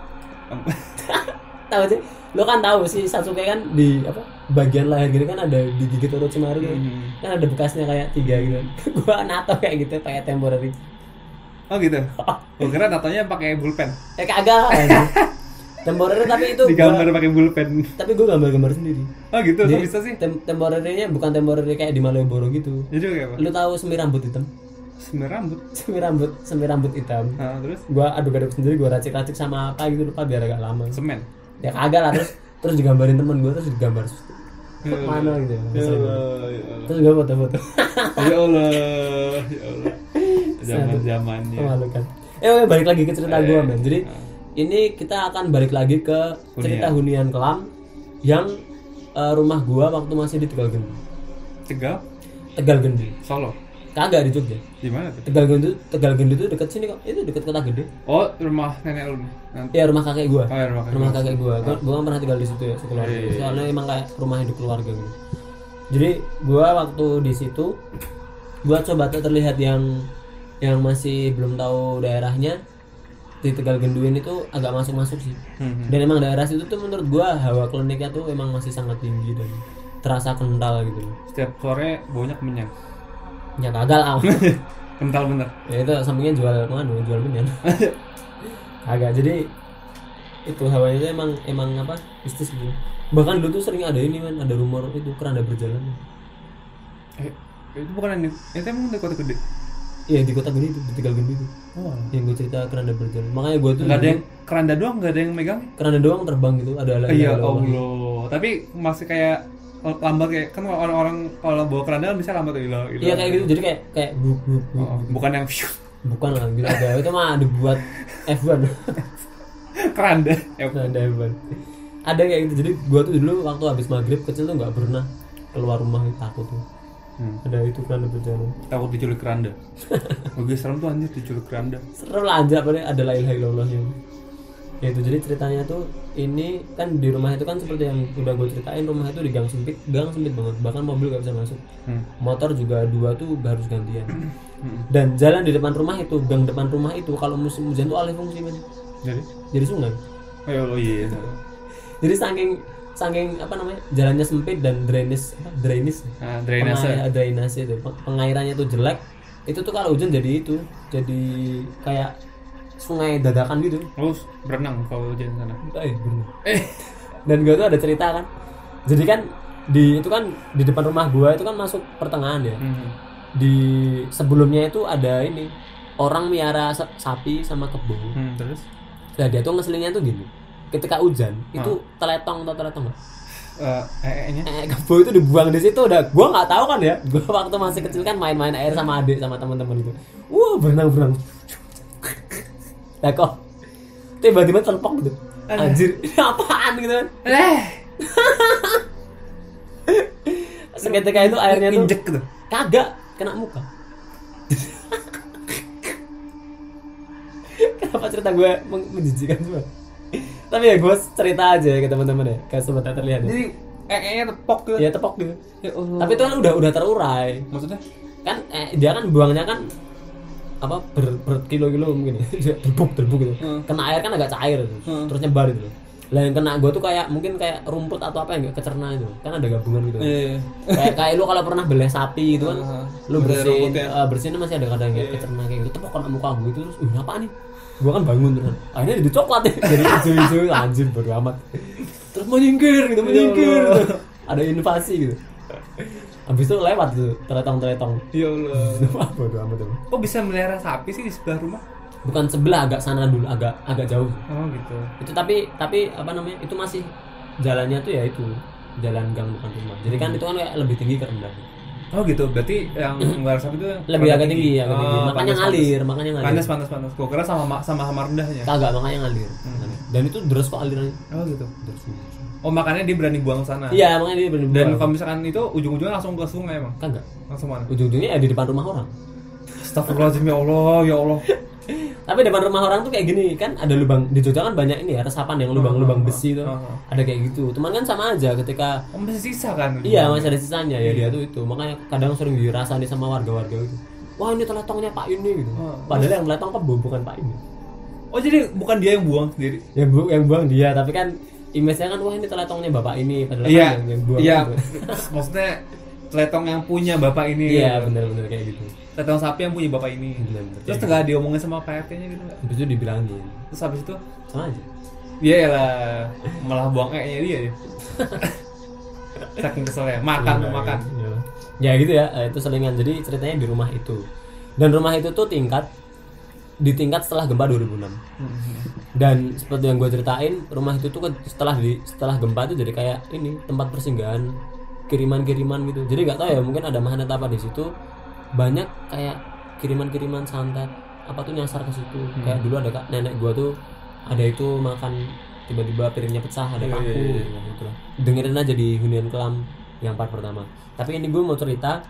Tahu sih, lo kan tahu sih Sasuke kan di apa bagian leher gini kan ada digigit Orochimaru kan, mm-hmm. kan ada bekasnya kayak tiga gitu. Gua nato kayak gitu pakai temporary. Oh gitu. Oh kira natonya pakai pulpen. Eh kagak. Temporary tapi itu digambar pakai pulpen. Tapi gua gambar-gambar sendiri. Oh gitu, kok bisa sih? Tem- temporary-nya bukan temporary kayak di Malioboro gitu. Jadi kayak apa? Lu tahu semir rambut hitam? Semir rambut? Semir rambut, semir rambut hitam. Nah, terus? Gua aduk-aduk sendiri, gua racik-racik sama apa gitu lupa biar agak lama. Semen? Ya kagak lah, terus terus digambarin temen gua, terus digambar mana gitu ya. Ya Allah, ya Allah. Terus gua foto-foto. Ya Allah, ya Allah. Zaman-zamannya. Memalukan. Eh, oke, balik lagi ke cerita eh, gua, men. Jadi nah. ini kita akan balik lagi ke Hunian. Cerita hunian kelam yang uh, rumah gua waktu masih di Tegal Gendi. Tegal? Tegal Gendi. Solo. Kagak di Jogja. Di mana tuh? Tegal Gendi, Tegal Gendi itu dekat sini kok. Itu dekat Kota Gede. Oh, rumah nenek lu nih. Iya, rumah kakek gua. Oh, ya, rumah kakek. Rumah kakek gua. Gua, gua kan pernah tinggal di situ ya, sekeluarga. Iya, iya, iya. Soalnya emang kayak rumah hidup keluarga gitu. Jadi, gua waktu di situ gua coba tuh terlihat yang yang masih belum tahu daerahnya di Tegal Genduin itu agak masuk-masuk sih. Hmm. Dan emang daerah situ tuh menurut gua hawa kliniknya tuh emang masih sangat tinggi dan terasa kental gitu. Setiap sore baunya kemenyan. Ya kagak lah. Kental bener. Ya itu sampingnya jual mana? Jual menyan. Agak jadi itu hawanya itu emang emang apa mistis gitu. Bahkan dulu tuh sering ada ini kan, ada rumor itu keranda berjalan. Eh, itu bukan ini, itu emang di kota gede? Iya di kota gede itu, di Tegal Gede itu. Oh. Yang gue cerita keranda berjalan. Makanya gue tuh nggak ada yang keranda doang, nggak ada yang megang? Keranda doang terbang gitu, ada ala. Iya Allah. Tapi masih kayak lambat kayak kan orang-orang kalau bawa keranda bisa lambat gitu. Iya kayak gitu, jadi kayak kayak buk buk buk. Oh, bukan yang bukan lah gitu ada itu mah dibuat F satu. Keranda keranda F satu. Ada kayak gitu. Jadi gue tuh dulu waktu habis maghrib kecil tuh nggak pernah keluar rumah, takut tuh. Hmm. Ada itu keranda berjalan. Takut diculik keranda. Oke serem tuh anjir diculik keranda. Serem lah anjir, apa nih ada la ilaha illallahnya. Ya itu jadi ceritanya tuh ini kan di rumah itu kan seperti yang udah gue ceritain, rumah itu di gang sempit, gang sempit banget, bahkan mobil gak bisa masuk. Hmm. Motor juga dua tuh harus gantian. Hmm. Dan jalan di depan rumah itu, gang depan rumah itu kalau musim hujan tuh alih fungsi men. Jadi jadi sungai. Oh, oh iya. Jadi saking saking apa namanya jalannya sempit dan drainase apa drainase ah, drainase Pengair, drainase itu pengairannya tuh jelek, itu tuh kalau hujan jadi itu jadi kayak sungai dadakan gitu. Terus berenang kalau hujan sana. Eh berenang. Eh dan gue tuh ada cerita kan, jadi kan di itu kan di depan rumah gue itu kan masuk pertengahan ya. Hmm. Di sebelumnya itu ada ini orang miara sapi sama kebo. Hmm, terus nah dia tuh ngeselinnya tuh gini, ketika hujan ah. itu teletong atau teletong nggak? Uh, ee-nya? Eh, kebo itu dibuang di situ udah. Gua nggak tahu kan ya. Gua waktu masih kecil kan main-main air sama adik sama teman-teman itu. Wah berenang-berenang. Lah kok tiba-tiba telpok gitu. Anjir, ini apaan gitu kan? Eh. Seketika itu airnya tuh injek gitu. Kagak, kena muka. Kenapa cerita gue menjijikan semua? Tapi ya gue cerita aja ya ke teman-teman ya, kayak sobat yang terlihat. Jadi eh tepok gitu. Iya tepok gitu. Ya Allah. Tapi itu kan udah udah terurai. Maksudnya? Kan eh, dia kan buangnya kan apa ber, berkilo-kilo mungkin ya. Terbuk terbuk gitu. Hmm. Kena air kan agak cair gitu. Hmm. Terus nyebar gitu. Lah yang kena gue tuh kayak mungkin kayak rumput atau apa yang gak kecerna itu. Kan ada gabungan gitu. Yeah. kayak kayak lu kalau pernah beleh sapi gitu kan. Uh-huh. Lu bersihin uh, bersihin masih ada kadang yang yeah. kecerna kayak gitu. Tepok kena muka gue itu terus, "Ih, apaan nih?" Gua kan bangun terus. Akhirnya jadi coklat ya. Jadi hijau-hijau anjir bodo amat. Terus menyingkir gitu, menyingkir. Gitu. Ada invasi gitu. Habis itu lewat tuh, teletong-teletong. Ya Allah. Bodo amat tuh. Kok bisa melihara sapi sih di sebelah rumah? Bukan sebelah, agak sana dulu, agak agak jauh. Oh gitu. Itu tapi tapi apa namanya? Itu masih jalannya tuh ya itu, jalan gang bukan rumah. Jadi kan itu kan kayak lebih tinggi ke rendah. Oh gitu, berarti yang melihara sapi itu yang lebih agak tinggi, tinggi. agak tinggi. Oh, makanya panas, ngalir, panas. makanya ngalir. Panas panas panas. Gua kira sama sama sama rendahnya. Kagak, makanya ngalir. Hmm. Dan itu deras kok alirannya. Oh gitu. Deras. Oh makanya dia berani buang sana. Iya, makanya dia berani buang. Dan kalau misalkan itu ujung-ujungnya langsung ke sungai emang? Kagak. Langsung mana? Ujung-ujungnya ya di depan rumah orang. Astagfirullahaladzim ya Allah, ya Allah. Tapi depan rumah orang tuh kayak gini kan, ada lubang di Jogja kan banyak ini ya resapan yang lubang-lubang besi tuh. Ada kayak gitu. Cuman kan sama aja ketika oh, masih sisa kan? Iya, masih ada sisanya ya dia tuh itu. Makanya kadang sering dirasani sama warga-warga itu. Wah, ini teletongnya Pak ini gitu. Padahal yang teletong kebo bukan Pak ini. Oh, jadi bukan dia yang buang sendiri. Yang bu yang buang dia, tapi kan image-nya kan wah ini teletongnya Bapak ini padahal iya, kan yang, yang buang. Iya. Maksudnya teletong yang punya Bapak ini. Iya, benar-benar kayak gitu. Teletong sapi yang punya Bapak ini. Bener-bener. Terus enggak gitu. Diomongin sama P R T-nya gitu enggak? Habis itu dibilangin. Terus habis itu sama aja. Iya lah, malah buang E-nya dia ya. Saking keselnya, makan mau makan. Iya. Ya gitu ya, itu selingan. Jadi ceritanya di rumah itu. Dan rumah itu tuh tingkat di tingkat setelah gempa dua ribu enam. Dan seperti yang gue ceritain, rumah itu tuh setelah di setelah gempa itu jadi kayak ini tempat persinggahan kiriman-kiriman gitu. Jadi nggak tahu ya, mungkin ada magnet apa di situ. Banyak kayak kiriman-kiriman santet apa tuh nyasar ke situ. Hmm. Kayak dulu ada kak nenek gua tuh ada itu makan tiba-tiba piringnya pecah, ada paku yeah, yeah, yeah. gitu lah. Dengerin aja di Hunian Kelam yang part pertama. Tapi ini gue mau cerita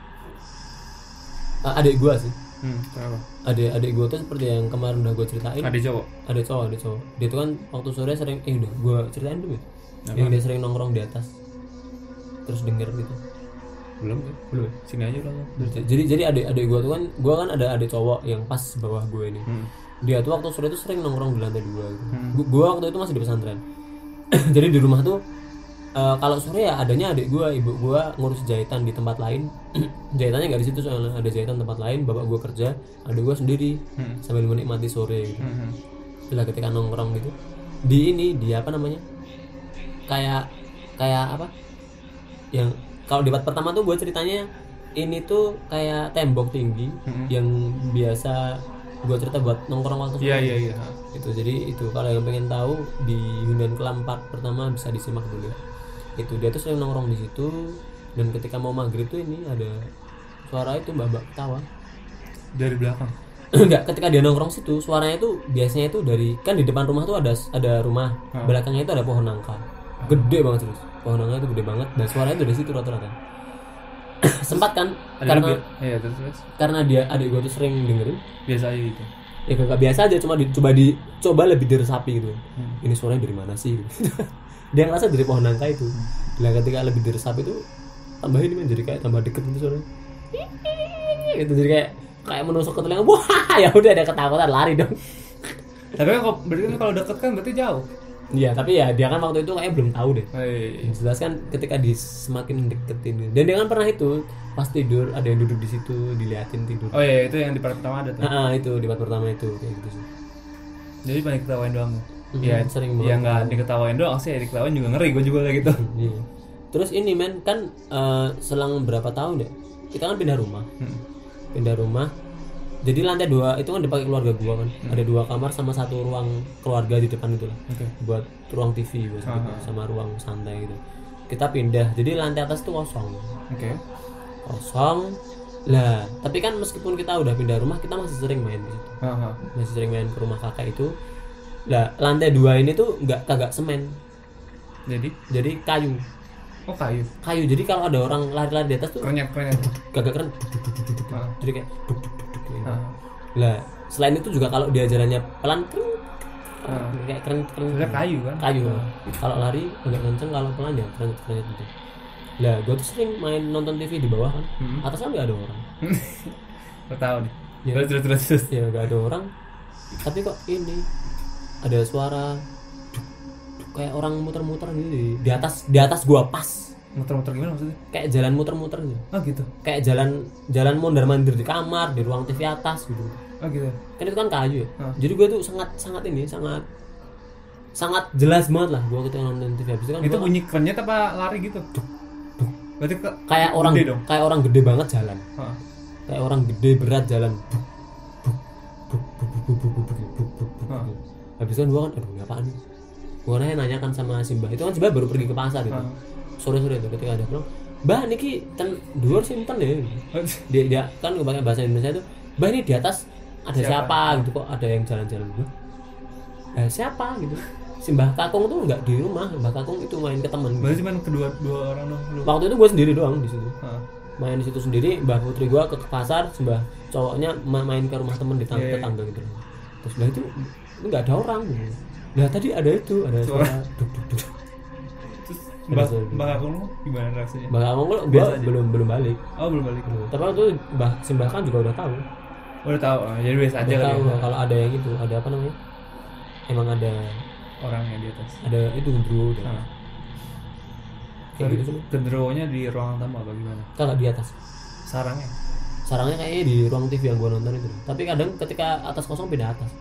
uh, adik gua sih. Hmm, kenapa? Adik adik gua tuh seperti yang kemarin udah gua ceritain. Adik cowok. Adik cowok, adik cowok. Dia tuh kan waktu sore sering eh udah gua ceritain dulu ya. Apa? Yang dia sering nongkrong di atas. Terus denger gitu. Belum ya? Belum ya? Sini aja lah. Jadi jadi adik-adik gue tuh kan, gue kan ada adik cowok yang pas bawah gue ini. Hmm. Dia tuh waktu sore itu sering nongkrong di lantai dua gitu. Hmm. Gue waktu itu masih di pesantren. Jadi di rumah tuh uh, kalau sore ya adanya adik gue, ibu gue ngurus jahitan di tempat lain. Jahitannya nggak di situ soalnya, ada jahitan tempat lain. Bapak gue kerja, adik gue sendiri hmm. sambil menikmati sore gitu. Hmm. Bila ketika nongkrong gitu, di ini di apa namanya kayak kayak apa yang kalau debat pertama tuh gue ceritanya ini tuh kayak tembok tinggi mm-hmm. yang biasa gue cerita buat nongkrong waktu iya iya iya itu. Jadi itu kalau yang pengen tahu di Hunian Kelam part pertama bisa disimak dulu ya. Itu dia tuh sering nongkrong di situ, dan ketika mau maghrib tuh ini ada suara itu mbak-mbak ketawa dari belakang. Enggak, ketika dia nongkrong situ suaranya itu biasanya itu dari kan di depan rumah tuh ada ada rumah hmm. belakangnya itu ada pohon nangka gede banget terus pohon nangka itu gede banget dan suaranya itu dari situ rata-rata. Sempat kan ada karena bi- ya, terus, terus. karena dia adik gue tuh sering dengerin biasa aja gitu ya gak biasa aja cuma dicoba dicoba lebih diresapi gitu hmm. ini suaranya dari mana sih gitu. Dia ngerasa dari pohon nangka itu hmm. dan ketika lebih diresapi itu tambahin ini jadi kayak tambah deket gitu suaranya gitu jadi kayak kayak menusuk ke telinga wah ya udah ada ketakutan lari dong. Tapi kan berarti kan kalau deket kan berarti jauh. Iya, tapi ya dia kan waktu itu kayak belum tahu deh. Oh, iya, iya. Jelas kan ketika di semakin deketin. Dan dia kan pernah itu pas tidur ada yang duduk di situ diliatin tidur. Oh iya, itu yang di part pertama ada tuh. Nah, itu di part pertama itu kayak gitu sih. Jadi paling ketawain doang. Mm-hmm, ya, sering banget. Ya enggak diketawain doang sih, diketawain juga ngeri gue juga kayak gitu. Iya. Terus ini men kan uh, selang berapa tahun deh. Kita kan pindah rumah. Hmm. Pindah rumah. Jadi lantai dua itu kan dipakai keluarga gua kan. Hmm. Ada dua kamar sama satu ruang keluarga di depan itu lah. Okay. Buat ruang T V buat uh-huh. sama ruang santai gitu. Kita pindah. Jadi lantai atas tuh kosong. Oke. Okay. Kosong. Lah, tapi kan meskipun kita udah pindah rumah, kita masih sering main di situ. Uh-huh. Masih sering main ke rumah kakak itu. Lah, lantai dua ini tuh enggak kagak semen. Jadi jadi kayu. Oh, kayu. Kayu. Jadi kalau ada orang lari-lari di atas tuh krenyet-krenyet. Kagak keren. Uh. Jadi kayak Uh. Lah, selain itu juga kalau dia jalannya pelan keren, uh. kayak keren keren. Itu kayu kan? Kayu. Uh. Kalau lari agak kenceng, kalau pelan ya keren keren gitu. Lah, gue tuh sering main nonton T V di bawah kan. Hmm. Atas kan nggak ada orang. Gak tahu nih. Ya, terus terus terus. Ya nggak ada orang. Tapi kok ini ada suara kayak orang muter-muter gitu di, di atas di atas gua pas. Muter-muter gimana maksudnya? Kayak jalan muter-muter gitu. Oh gitu. Kayak jalan jalan mondar-mandir di kamar, di ruang T V atas gitu. Oh gitu. Kan itu kan kayu ya. Oh. Jadi gue tuh sangat sangat ini sangat sangat jelas banget lah gue ketika nonton T V habis itu kan. Itu bunyi kerenyet apa lari gitu? Duk, duk. Berarti ke, kayak orang dong? kayak orang gede banget jalan. Oh. Kayak orang gede berat jalan. Buk, buk, buk, buk, buk, buk, buk, buk, buk, buk. Oh. Habis itu kan gue kan aduh ini apaan nih? Gue nanya nanyakan sama Simba. Itu kan Simba baru pergi ke pasar gitu. Oh. Sore-sore itu ketika ada bilang, "Mbah niki ten dhuwur sinten ya?" Dia, dia kan pakai bahasa Indonesia itu, "Mbah ini di atas ada siapa, siapa gitu kok ada yang jalan-jalan gitu." Eh siapa gitu. Si Mbah Kakung tuh enggak di rumah, Mbah Kakung itu main ke teman. Berarti cuma kedua dua orang dong lu. Waktu itu gue sendiri doang di situ. Heeh. Main di situ sendiri, Mbah Putri gue ke pasar, Mbah cowoknya main ke rumah teman di tangga yeah. tetangga gitu. Terus Mbah itu enggak ada orang gitu. Nah tadi ada itu, ada suara duk duk duk. Mbak Mbak Kakung lu gimana rasanya? Mbak Kakung lu gua belum belum balik. Oh belum balik. Belum. Tapi waktu itu Mbah Simbah kan juga udah tahu. Udah tahu. Oh, jadi biasa aja kali. Ya. Kalau ada yang itu, ada apa namanya? Emang ada orangnya di atas. Ada itu gendruwo gitu. Nah. Kayak gitu sih. Gendruwonya di ruang tamu apa gimana? Kagak di atas. Sarangnya? Sarangnya kayaknya di ruang T V yang gua nonton itu. Tapi kadang ketika atas kosong pindah atas.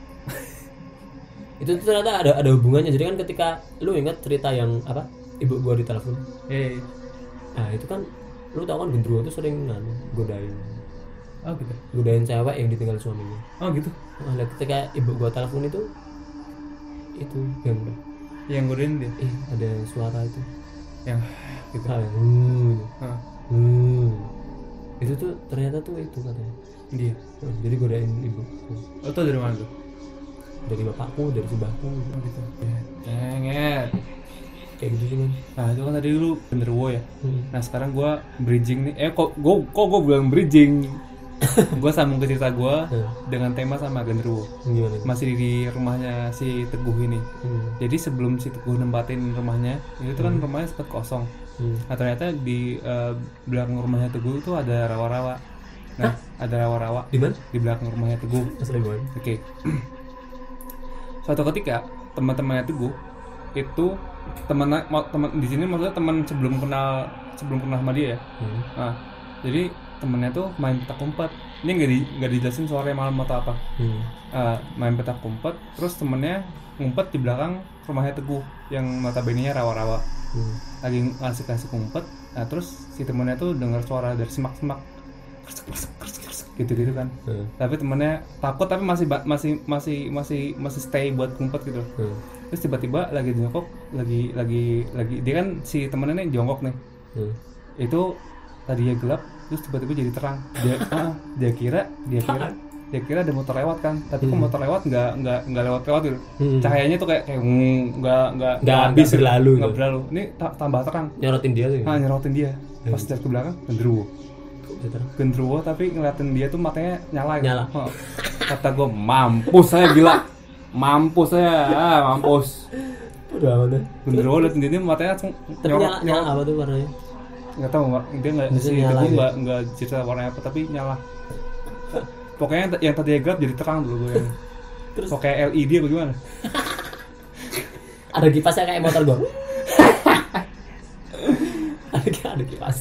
Itu ternyata ada ada hubungannya. Jadi kan ketika lu ingat cerita yang apa? Ibu gua di telepon. Eh. Nah, itu kan lu tau kan gendruwo tuh sering kan godain. Oh gitu. Godain cewek yang ditinggal suaminya. Oh gitu. Nah, ketika ibu gua telepon itu itu yang yang godain dia. Eh, ada suara itu. Yang gitu. Ah, hmm. Heeh. Hmm. Itu tuh ternyata tuh itu katanya. Dia. Nah, jadi godain ibu. Oh, tau dari mana tuh? Dari bapakku, dari sebahku gitu. Oh gitu. Cenget. Kayak gitu sih kan. Nah itu kan tadi lu genderuwo ya. Hmm. Nah sekarang gue bridging nih. Eh kok gue kok gue bilang bridging. Gue sambung ke cerita gue hmm. dengan tema sama genderuwo. Gimana? Masih di rumahnya si Teguh ini. Hmm. Jadi sebelum si Teguh nempatin rumahnya, itu tuh kan hmm. rumahnya sempat kosong. Hmm. Nah ternyata di uh, belakang rumahnya Teguh itu ada rawa-rawa. Nah Hah? ada rawa-rawa. Di mana? Di belakang rumahnya Teguh. Asli gue. Oke. Okay. Suatu ketika teman-temannya Teguh itu teman teman di sini maksudnya teman sebelum kenal sebelum kenal sama dia ya. Hmm. Nah, jadi temennya tuh main petak umpet. Ini nggak di nggak dijelasin sore malam atau apa. Hmm. Uh, main petak umpet, terus temennya ngumpet di belakang rumahnya Teguh yang notabene-nya rawa-rawa. Hmm. Lagi ngasih-ngasih ngumpet, nah terus si temennya tuh dengar suara dari semak-semak, gitu-gitu kan. Hmm. Tapi temennya takut tapi masih masih masih masih masih stay buat ngumpet gitu. Hmm. Terus tiba-tiba lagi jongkok, lagi lagi lagi dia kan si temennya nih jongkok nih. Hmm. Itu tadinya gelap, terus tiba-tiba jadi terang. Dia ah, dia kira dia kira dia kira ada motor lewat kan, tapi hmm. kok motor lewat nggak nggak nggak lewat lewat gitu. Hmm. Cahayanya tuh kayak kayak nggak nggak nggak habis berlalu nggak berlalu. Ini t- tambah terang. Nyorotin dia tuh. Ah nyorotin dia. Hmm. Pas dari ke belakang genderuwo. Genderuwo tapi ngeliatin dia tuh matanya nyala. Nyala. Oh. Kata gue mampus saya gila, mampus saya, ah, mampus. Udah amat. Genderuwo liatin dia matanya langsung nyorot. Nyala apa tuh warnanya? Nggak tahu dia nggak sih itu nggak nggak cerita warnanya apa tapi nyala. Pokoknya yang tadi gelap jadi terang dulu gue. Terus pakai L E D apa gimana? Ada kipasnya kayak motor gue. ada ada kipas.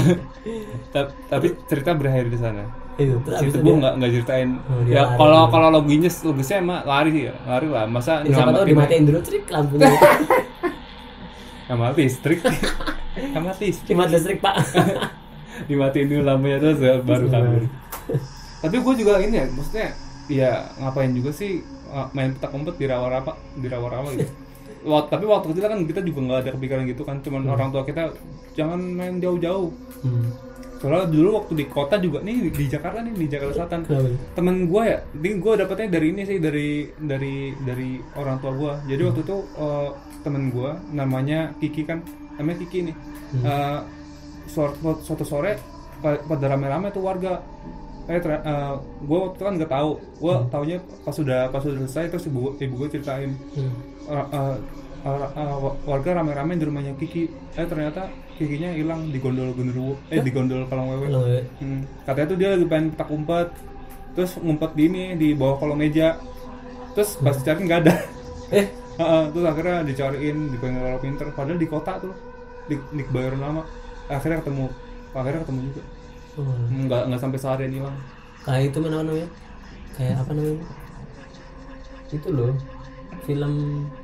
Tapi cerita berakhir di sana. Itu. Cerita gue nggak nggak ceritain. Oh, ya kalau kalau logisnya logisnya emang lari sih ya, lari lah. Masa ya, siapa tahu dimatiin dulu trik lampunya. Nggak mati listrik. Nggak mati. Cuma listrik pak. Dimatiin dulu lampunya terus baru kabur. Tapi gue juga ini ya, maksudnya ya ngapain juga sih main petak umpet di rawa-rawa di rawa-rawa gitu. Waktu, tapi waktu kecil kan kita juga nggak ada kepikiran gitu kan, cuman hmm. orang tua kita jangan main jauh-jauh. Hmm. Soalnya dulu waktu di kota juga nih di Jakarta nih di Jakarta Selatan, temen gue ya, ini gue dapetnya dari ini sih dari dari dari orang tua gue. Jadi hmm. waktu itu uh, temen gue namanya Kiki kan, namanya Kiki nih. Hmm. Uh, suatu, suatu sore pada rame-rame tuh warga. Eh, uh, gue waktu itu kan nggak tahu, gue hmm. taunya pas sudah pas sudah selesai terus ibu ibu gue ceritain hmm. uh, uh, uh, uh, warga rame-rame di rumahnya Kiki, eh ternyata Kikinya hilang di gondol genderuwo, eh di gondol kolong wewe. Hmm. Katanya tuh dia lagi pengen petak umpet, terus ngumpet di ini di bawah kolong meja, terus pas hmm. cari nggak ada, eh uh, uh, terus akhirnya dicariin di pengen pinter, padahal di kota tuh di di Kebayoran Lama, akhirnya ketemu, akhirnya ketemu juga. Hmm. nggak nggak sampai seharian hilang. Kayak itu mana namanya? Kayak apa namanya? Itu loh film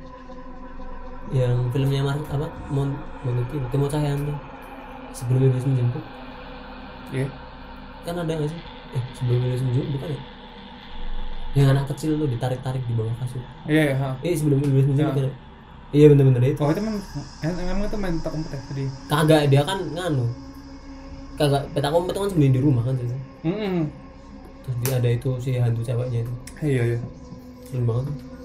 yang filmnya Mar apa? Mon Monuti, Timo Cahyanto. Sebelum Iblis Menjemput. Iya. Yeah. Kan ada nggak sih? Eh sebelum Iblis Menjemput bukan ya? Yang anak kecil tuh ditarik-tarik di bawah kasur. Iya. Yeah, yeah, eh sebelum Iblis Menjemput. Yeah. Iya benar-benar itu. Oh itu emang emang itu main petak umpet ya tadi? Kagak, dia kan nganu. Kagak petak umpet kan sembunyi di rumah kan sih. Mm-hmm. Terus dia ada itu si hantu ceweknya itu. Iya iya. Serem banget.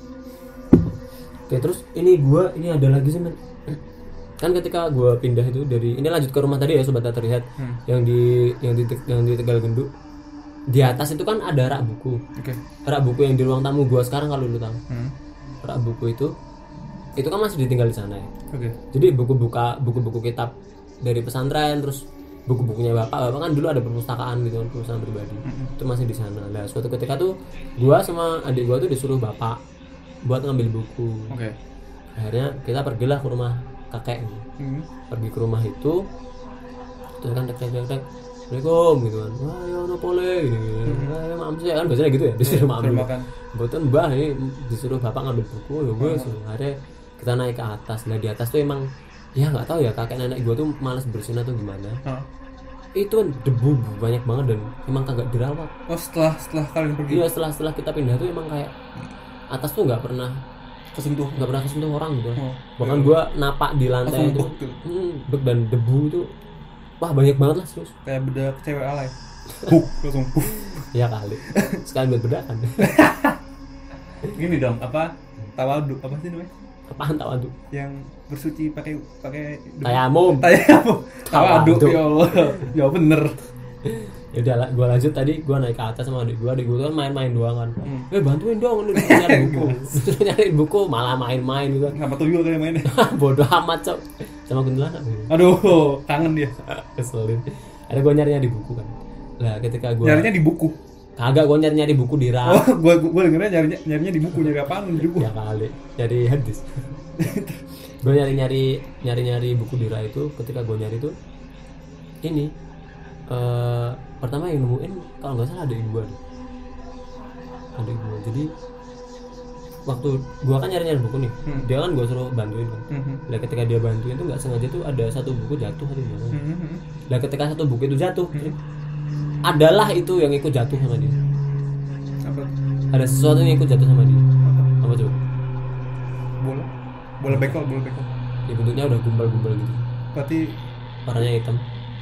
Oke terus ini gue ini ada lagi sih men. Kan ketika gue pindah itu dari ini lanjut ke rumah tadi ya sobat tak terlihat hmm. yang di yang di yang di Tegal Genduk. Di atas itu kan ada rak buku. Oke. Okay. Rak buku yang di ruang tamu gue sekarang kalau lu tahu. Hmm. Rak buku itu itu kan masih ditinggal di sana ya. Oke. Okay. Jadi buku-buka buku-buku kitab dari pesantren terus buku-bukunya bapak, bapak kan dulu ada perpustakaan gitu kan, perpustakaan pribadi, mm-hmm. itu masih di sana. Nah suatu ketika tuh gua sama adik gua tuh disuruh bapak buat ngambil buku. Oke. Okay. Akhirnya kita pergilah ke rumah kakek, mm-hmm. pergi ke rumah itu, terus kan tek-tek-tek, assalamualaikum gitu kan, wah ya no boleh, gini, mm-hmm. wah maaf sih kan biasanya gitu ya, disuruh maaf dulu. Kebetulan mbah ini disuruh bapak ngambil buku, ya gue mm-hmm. akhirnya kita naik ke atas. Nah di atas tuh emang ya nggak tahu ya kakek nenek gue tuh malas bersihin atau gimana. Huh? Itu debu banyak banget dan emang kagak dirawat. Oh setelah setelah kalian pergi? Iya setelah setelah kita pindah tuh emang kayak atas tuh nggak pernah kesentuh, nggak pernah kesentuh orang gitu. Oh, bahkan iya. gue napak di lantai itu, hmm, bek dan debu itu, wah banyak banget lah terus. Kayak bedak cewek alay. Buk langsung. Ya kali. Sekalian buat bedakan. Gini dong apa tawadu apa sih namanya? Apaan tawadu? Yang bersuci pakai pakai tayamum. Tayamum. Tawadu ya Allah. Ya bener. Ya udah lah, gua lanjut tadi gua naik ke atas sama adik gua, adik gua kan main-main doang kan. Hmm. Eh bantuin dong ini nyari buku. Nyari buku malah main-main gitu. Ngapa tuh juga kayak mainnya? Bodoh amat, Cok. Sama kuntilanak. Aduh, kangen dia. Keselin. Ada gua nyari-nyari buku kan. Lah ketika gua nyarinya di buku. Kagak, gua nyari-nyari buku di rak. Oh, gua gua dengernya nyarinya nyarinya di buku, nyari apaan di buku? Ya kali. Nyari hadis. Gua nyari-nyari nyari-nyari buku di rak itu, ketika gua nyari tuh ini eh uh, pertama yang nemuin kalau nggak salah ada ibu gua ada ibu gua. Jadi waktu gua kan nyari-nyari buku nih, hmm. dia kan gua suruh bantuin kan. Hmm. Lah ketika dia bantuin tuh nggak sengaja tuh ada satu buku jatuh atau gimana. Hmm. Lah ketika satu buku itu jatuh, hmm. adalah itu yang ikut jatuh sama dia. Apa? Ada sesuatu yang ikut jatuh sama dia. Apa? Apa coba? Bola. Bola bekol, bola bekol. Ya bentuknya udah gumbal-gumbal gitu. Berarti warnanya hitam.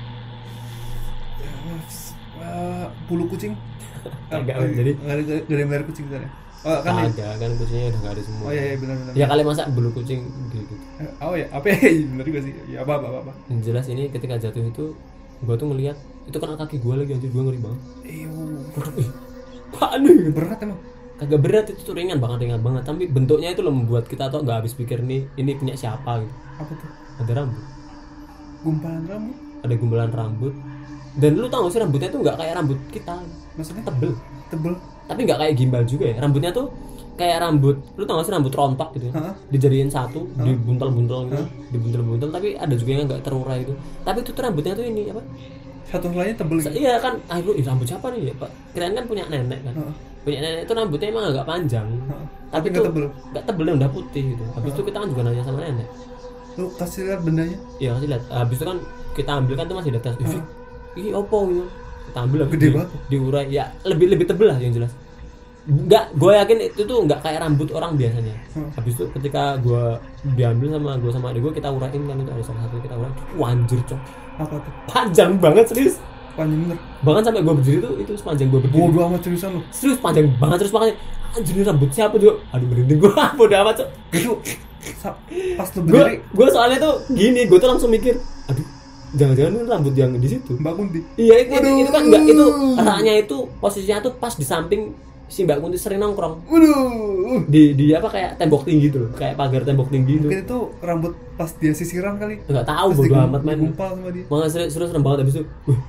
Uh, bulu kucing. Enggak, uh, jadi enggak ada enggak ada merah kucing sana. Oh, kan ada kan kucingnya udah enggak ada semua. Oh iya iya benar benar. Ya kali masa bulu kucing gitu. Oh ya, apa ya? Benar juga sih. Ya apa apa apa. Yang jelas ini ketika jatuh itu gua tuh ngelihat itu kena kaki gua lagi anjir, gua ngeri banget. Iya. Panik, berat emang. Kagak berat, itu tuh ringan banget, ringan banget. Tapi bentuknya itu loh membuat kita tuh enggak habis pikir nih ini punya siapa gitu. Apa tuh? Ada rambut. Gumpalan rambut? Ada gumpalan rambut. Dan lu tau gak sih rambutnya tuh enggak kayak rambut kita. Maksudnya tebel. Tebel. Tapi enggak kayak gimbal juga ya. Rambutnya tuh kayak rambut, lu tau gak sih rambut rontok gitu. Ha? Dijadiin satu, ha? dibuntel-buntel gitu. Ha? Dibuntel-buntel, tapi ada juga yang enggak terurai itu. Tapi itu tuh rambutnya tuh ini apa? Satu helainya tebel gitu. Iya kan, ah lu rambut siapa nih ya, Pak? Kirain kan punya nenek kan. Ha? Punya nenek itu rambutnya emang agak panjang. Ha? Tapi enggak tebel. Enggak tebel, udah putih gitu. Habis itu kita kan juga nanya sama nenek. Lu kasih lihat bendanya? Iya, kasih lihat. Habis itu kan kita ambil kan tuh masih di atas. Ih, ini opo gitu. Kita ambil gede di, banget. Diurai. Ya lebih lebih tebel lah yang jelas. Enggak, gue yakin itu tuh enggak kayak rambut orang biasanya. Hmm. Habis itu ketika gue diambil sama gue sama adik gue, kita urain kan, itu ada salah satu kita urain. Wanjir cok. Apa tuh? Panjang banget serius. Panjang bener. Bahkan sampai gue berdiri tuh itu sepanjang gue berdiri. Bodoh amat seriusan lu. Serius panjang banget terus makanya. Anjir ini rambut siapa juga? Aduh merinding gue. Bodoh amat cok. Itu pas lu berdiri. Gue soalnya tuh gini, gue tuh langsung mikir, aduh jangan-jangan itu rambut yang di situ. Mbak Kunti. Iya itu, itu, itu kan enggak, itu raknya itu posisinya tuh pas di samping si Mbak Kunti sering nongkrong. Waduh. Di di apa kayak tembok tinggi tuh, kayak pagar tembok tinggi itu. Mungkin itu rambut pas dia sisiran kali. Enggak tahu, bodo amat main. Gumpal sama dia. Malah serius serem banget habis itu.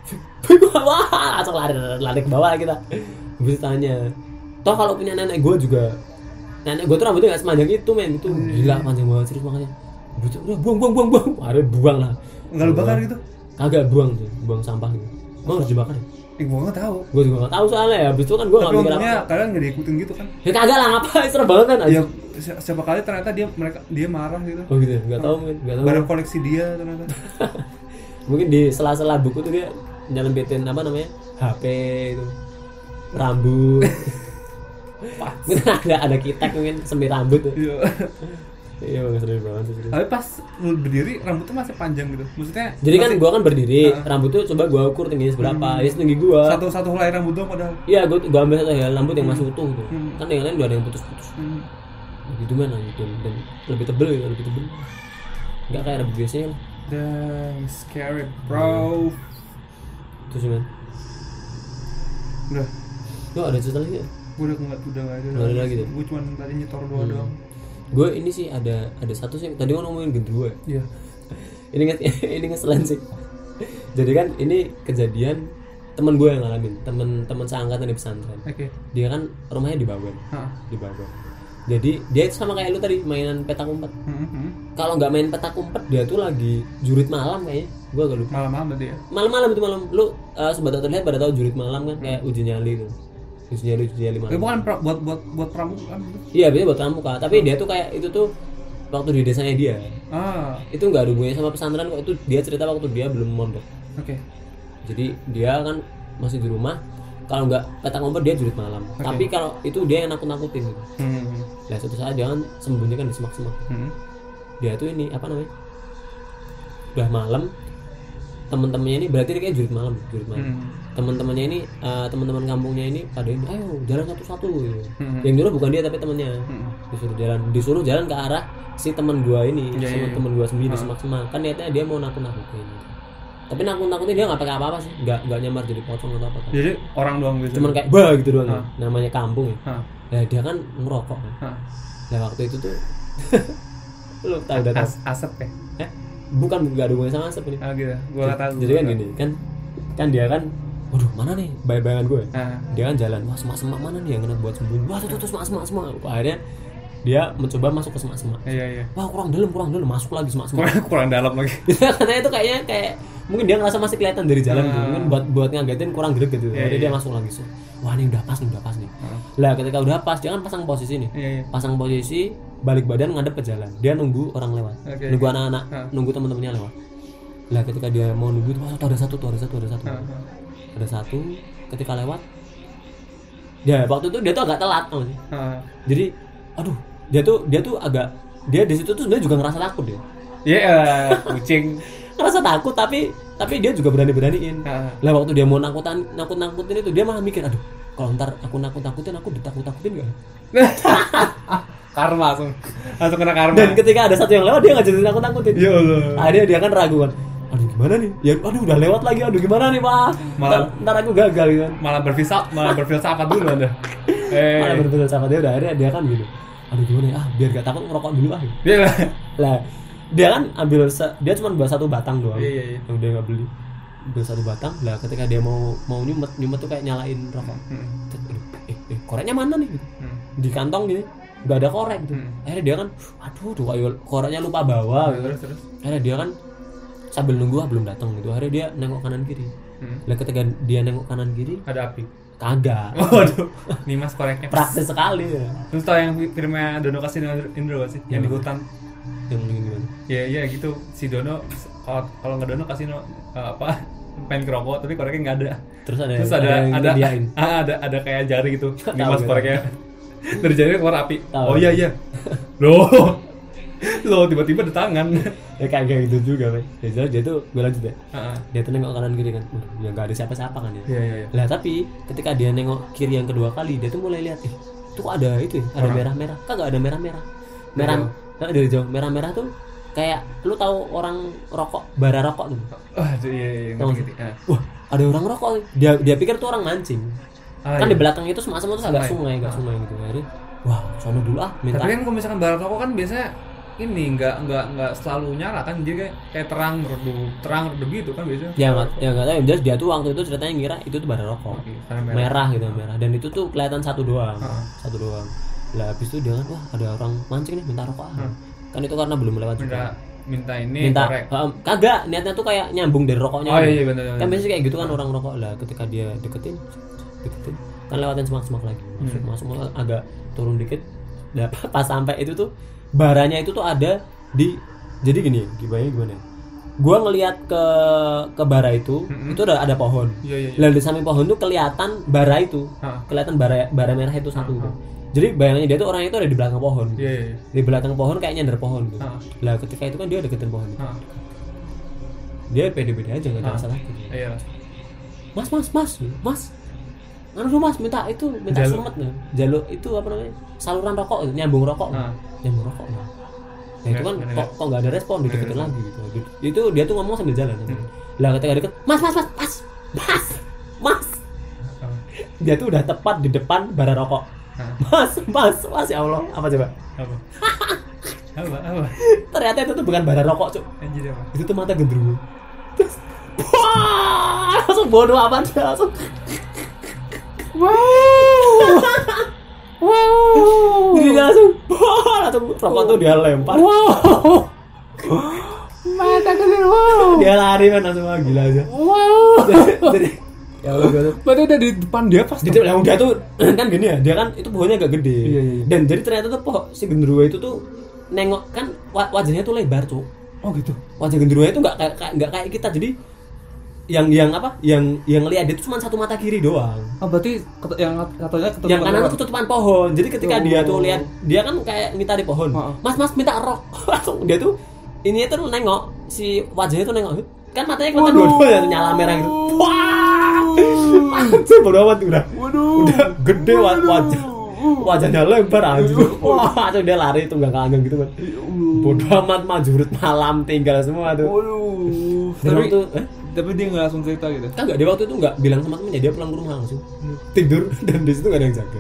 Wah, langsung lari lari ke bawah kita. Habis tanya. Toh kalau punya nenek gue juga, nenek gue tuh rambutnya enggak sepanjang itu, men. Itu gila panjang banget serius makanya. Udah buang buang buang buang. Aduh buang lah. Enggak lu bakar gitu? Kagak, buang tuh, buang sampah gitu. Mau harus dibakar ya? Eh, gua enggak tahu. Gua juga enggak tahu soalnya ya. Habis itu kan gua enggak mikir apa. Tapi kalian enggak diikutin gitu kan? Ya kagak lah, ngapain, serem banget kan. Ya siapa kali ternyata dia mereka dia marah gitu. Oh gitu, enggak tahu mungkin, enggak tahu. Barang koleksi dia ternyata. Mungkin di sela-sela buku tuh dia nyelempetin apa namanya? H P itu. Rambut. Pas. Mungkin ada ada kitek mungkin semir rambut tuh. Iya. Iya bang, serius banget sih. Tapi pas lu berdiri rambutnya masih panjang gitu. Maksudnya jadi kan masih... gua kan berdiri, uh. rambutnya coba gua ukur tingginya seberapa. Hmm. Ya setinggi gua. Satu-satu helai rambut doang padahal. Iya, gua gua ambil satu helai rambut yang masih utuh gitu. Hmm. Kan yang lain udah ada yang putus-putus. Hmm. Gitu mana gitu dan lebih tebel ya, lebih tebel. Enggak kayak rambut biasanya lah. Damn, scary bro. Itu sih man. Udah. Yo ada cerita lagi ya? Gua udah enggak udah enggak ada. Enggak ada lagi deh. Gua cuma tadi nyetor doang hmm. doang. Gue ini sih ada ada satu sih tadi kan ngomongin gendruwo ya. Iya. ini nge, ini ngeselin sih. Jadi kan ini kejadian teman gue yang ngalamin, teman-teman seangkatan di pesantren. Oke. Okay. Dia kan rumahnya di Bawen. Heeh. Di Bawen. Jadi dia itu sama kayak lu tadi mainan petak umpet. Mm-hmm. Kalau nggak main petak umpet dia tuh lagi jurit malam kayaknya. Gue agak lupa. Malam-malam tadi ya. Malam-malam itu malam. Lu uh, sobat terlihat pada tahu jurit malam kan kayak uji nyali itu. Uji nyali uji nyali malam. Itu bukan pra, buat buat buat pramuka kan? Iya, biasanya buat pramuka. Tapi oh. dia tuh kayak itu tuh waktu di desanya dia. Ah. Itu nggak ada hubungannya sama pesantren kok. Itu dia cerita waktu dia belum mondok. Oke. Okay. Jadi dia kan masih di rumah. Kalau nggak petak umpet dia jurit malam. Okay. Tapi kalau itu dia yang nakut-nakutin gitu. Hmm. Nah suatu saat jangan sembunyikan di semak-semak. Hmm. Dia tuh ini apa namanya? Udah malam. Teman-temannya ini berarti dia kayak jurit malam, jurit malam. Hmm. Teman-temannya ini, uh, teman-teman kampungnya ini pada ini, ayo jalan satu-satu. Gitu. Hmm. Yang nyuruh bukan dia tapi temannya. Hmm. Disuruh jalan, disuruh jalan ke arah si teman gua ini, yeah, si yeah, teman gua sendiri di semak-semak. Kan niatnya dia mau nakut-nakutin. Tapi nakut-nakutin dia nggak pakai apa-apa sih, nggak nggak nyamar jadi pocong atau apa. Kan. Jadi orang doang gitu. Cuman kayak bah gitu doang. Ha. Namanya kampung ya. Ha. Nah dia kan ngerokok. Kan. Nah waktu itu tuh, lu tahu dah As- asap ya? Eh? Bukan nggak ada hubungannya sama asap ini. Ah gitu, gua nggak tahu. Jadi kan gini, kan kan dia kan, waduh mana nih bayangan gue? Ah. Dia kan jalan, wah semak-semak mana nih yang enak buat sembunyi? Wah tuh tuh semak-semak semak. Akhirnya dia mencoba masuk ke semak-semak. Iya iya. Wah kurang dalam kurang dalam masuk lagi semak-semak. Kurang, kurang dalam lagi. Katanya itu kayaknya kayak mungkin dia ngerasa masih kelihatan dari jalan gitu. Mungkin buat buat ngagetin kurang greget gitu. Iya, Jadi iya. dia masuk lagi. So, wah ini udah pas nih udah pas nih. Lah ketika udah pas dia kan pasang posisi nih. Iya, iya. Pasang posisi balik badan ngadep ke jalan. Dia nunggu orang lewat. Oke, nunggu oke. anak-anak, Ha. nunggu teman-temannya lewat. Lah ketika dia mau nunggu tuh, ada satu tuh, ada satu, ada satu. Ha, ha. Ada satu ketika lewat. Ya waktu itu dia tuh agak telat tau sih. Ha. Jadi aduh, dia tuh dia tuh agak dia di situ tuh sebenarnya juga ngerasa takut dia. Iya, yeah, kucing. Ngerasa takut tapi tapi dia juga berani-beraniin. Ha. Lah waktu dia mau nakutan nakut-nakutin itu dia malah mikir, aduh, kalau ntar aku nakut-nakutin aku ditakut-takutin enggak? Karma langsung. Langsung kena karma. Dan ketika ada satu yang lewat dia enggak jadi nakut-nakutin. Ya Allah. Akhirnya dia kan ragu kan. Aduh gimana nih? Ya aduh udah lewat lagi. Aduh gimana nih, Pak? Ntar, Malah- ntar aku gagal gitu kan. Malah berfilsafat, malah berfilsafat dulu Anda. Eh. Malah berbetul sama dia udah akhirnya dia kan gitu. Aduh gimana ya? Ah, biar gak takut ngerokok dulu ah. Dia lah. Lah, dia kan ambil se- dia cuma bawa satu batang doang. Iya, iya, iya. Yang dia enggak beli. Ambil satu batang. Lah ketika dia mau mau nyumet, nyumet tuh kayak nyalain rokok. Hmm. Aduh, eh, eh koreknya mana nih? Gitu. Hmm. Di kantong gini. Enggak ada korek gitu. Hmm. Akhirnya dia kan aduh tuh kayak koreknya lupa bawa gitu. Terus terus. Akhirnya dia kan sambil nunggu ah belum datang gitu. Akhirnya dia nengok kanan kiri. Hmm. Lah ketika dia nengok kanan kiri Ada api. kagak. Waduh. Nih Mas koreknya. Praktis sekali ya. Terus tau yang filmnya Dono Kasino Indro gak sih? Yang di hutan. Yang ini gimana? Ya iya gitu. Si Dono kalau kalau nggak Dono Kasino eh, apa? Pengen kerokok tapi koreknya nggak ada. Terus ada Terus ada yang ada didiain. ah, ada ada kayak jari gitu. Tahu, Nih Mas tahu. koreknya. Dari jari keluar api. Tahu. Oh iya iya. Loh. Loh tiba-tiba di tangan. Ya kayak kayak gitu juga, Pak. Ya, jadi dia tuh gue lanjut ya. Heeh. Dia tuh nengok kanan kiri kan. Waduh, ya enggak ada siapa-siapa kan ya. Iya iya iya. Lah tapi ketika dia nengok kiri yang kedua kali, dia tuh mulai lihat, eh, tuh kok ada itu ya, ada Orang. merah-merah. Kagak ada merah-merah. Dari Merah jauh. nah, dari jauh. Merah-merah tuh kayak lu tahu orang rokok, bara rokok tuh. Ah iya iya iya. Tahu ngerti, nggak? ngerti. Ah. Wah, ada orang rokok. Dia dia pikir tuh orang mancing. Ah, Kan iya. di belakang itu semacam itu agak Sungai. sungai, agak Ah. sungai gitu. Akhirnya, wah, sono dulu ah, minta. Tapi kan kalau misalkan bara rokok kan biasanya ini nggak nggak nggak selalu nyala kan, dia kayak, kayak terang redup terang redup gitu kan biasanya. Ya nggak, ya nggak tahu. Yang jelas dia tuh waktu itu ceritanya ngira itu tuh bara rokok. Oke, karena merah. merah gitu merah dan itu tuh kelihatan satu doang Ha. satu doang lah habis itu dia kan wah ada orang mancing nih minta rokok ah. Ha. Kan itu karena belum lewat Minta juga minta ini minta korek. ha, kagak niatnya tuh kayak nyambung dari rokoknya Oh iya iya benar benar. kan biasanya kayak gitu kan orang rokok lah ketika dia deketin deketin kan lewatin semak-semak lagi masuk Hmm. masuk masuk, agak turun dikit nah, pas sampai itu tuh baranya itu tuh ada di jadi gini gimana gimana gua ngelihat ke ke bara itu Mm-mm. itu udah ada pohon. Iya iya iya. Lalu di samping pohon tuh kelihatan bara itu. Ha. Kelihatan bara bara merah itu satu. Ha, ha. Jadi bayangannya dia tuh orangnya itu ada di belakang pohon. Iya iya. iya. Di belakang pohon kayak nyender pohon gitu. Ha. Lah ketika itu kan dia deketin pohon. itu. Ah. Dia pede-pede aja enggak ada Ha. masalah. Iya. Mas, mas, mas, mas. Anu dulu mas minta itu minta Jalur. semet nih. Jalur itu apa namanya? Saluran rokok, itu, nyambung rokok. Ha. Nyambung rokok. Nah, nah itu kan Nggak- kok kok enggak ada respon dideketin nggak ada lagi gitu. Itu dia tuh ngomong sambil jalan. Hmm. Lah ketika deket, mas, mas, mas, mas, mas, mas. Ah. Dia tuh udah tepat di depan bara rokok. Ah. Mas, mas, mas ya Allah, apa coba? Apa? Apa? Apa? Ternyata itu tuh bukan bara rokok, Cuk. Anjir apa? Itu tuh mata gendruwo. Terus, wah, langsung bodoh amat dia langsung. Wow. Wow. Jadi dia langsung, wah, langsung rokok tuh dia lempar. Wow. Mata gendruwo. Dia lari kan langsung ah, gila aja. Wow. Jadi ya Allah gua tuh Berarti udah di depan dia pas. di yang udah tuh kan gini ya dia kan itu pohonnya agak gede Iya, iya, iya. dan jadi ternyata tuh pohon si genderuwo itu tuh nengok kan wa- wajahnya tuh lebar Cuk. Oh gitu. Wajah genderuwo itu nggak kayak kayak- nggak kayak kita jadi yang yang apa yang yang lihat dia tuh cuma satu mata kiri doang Oh berarti ket- yang katanya ketutupan. yang kanan tuh ketutupan pohon jadi ketika Oh. dia tuh lihat dia kan kayak minta di pohon Heeh. mas mas minta rok langsung dia tuh ini tuh nengok si wajahnya tuh nengok kan matanya kelihatan dua-duanya tuh nyala merah gitu wah anjir bodo amat udah Waduh. udah gede wa- wajah wajahnya lebar anjir wah langsung dia lari tunggang kanggang gitu kan bodo amat majurut malam tinggal semua tuh Waduh. dan Tapi waktu eh, tapi dia nggak langsung cerita gitu. kagak dia waktu itu nggak bilang sama temennya dia pulang ke rumah langsung tidur dan di situ nggak ada yang jaga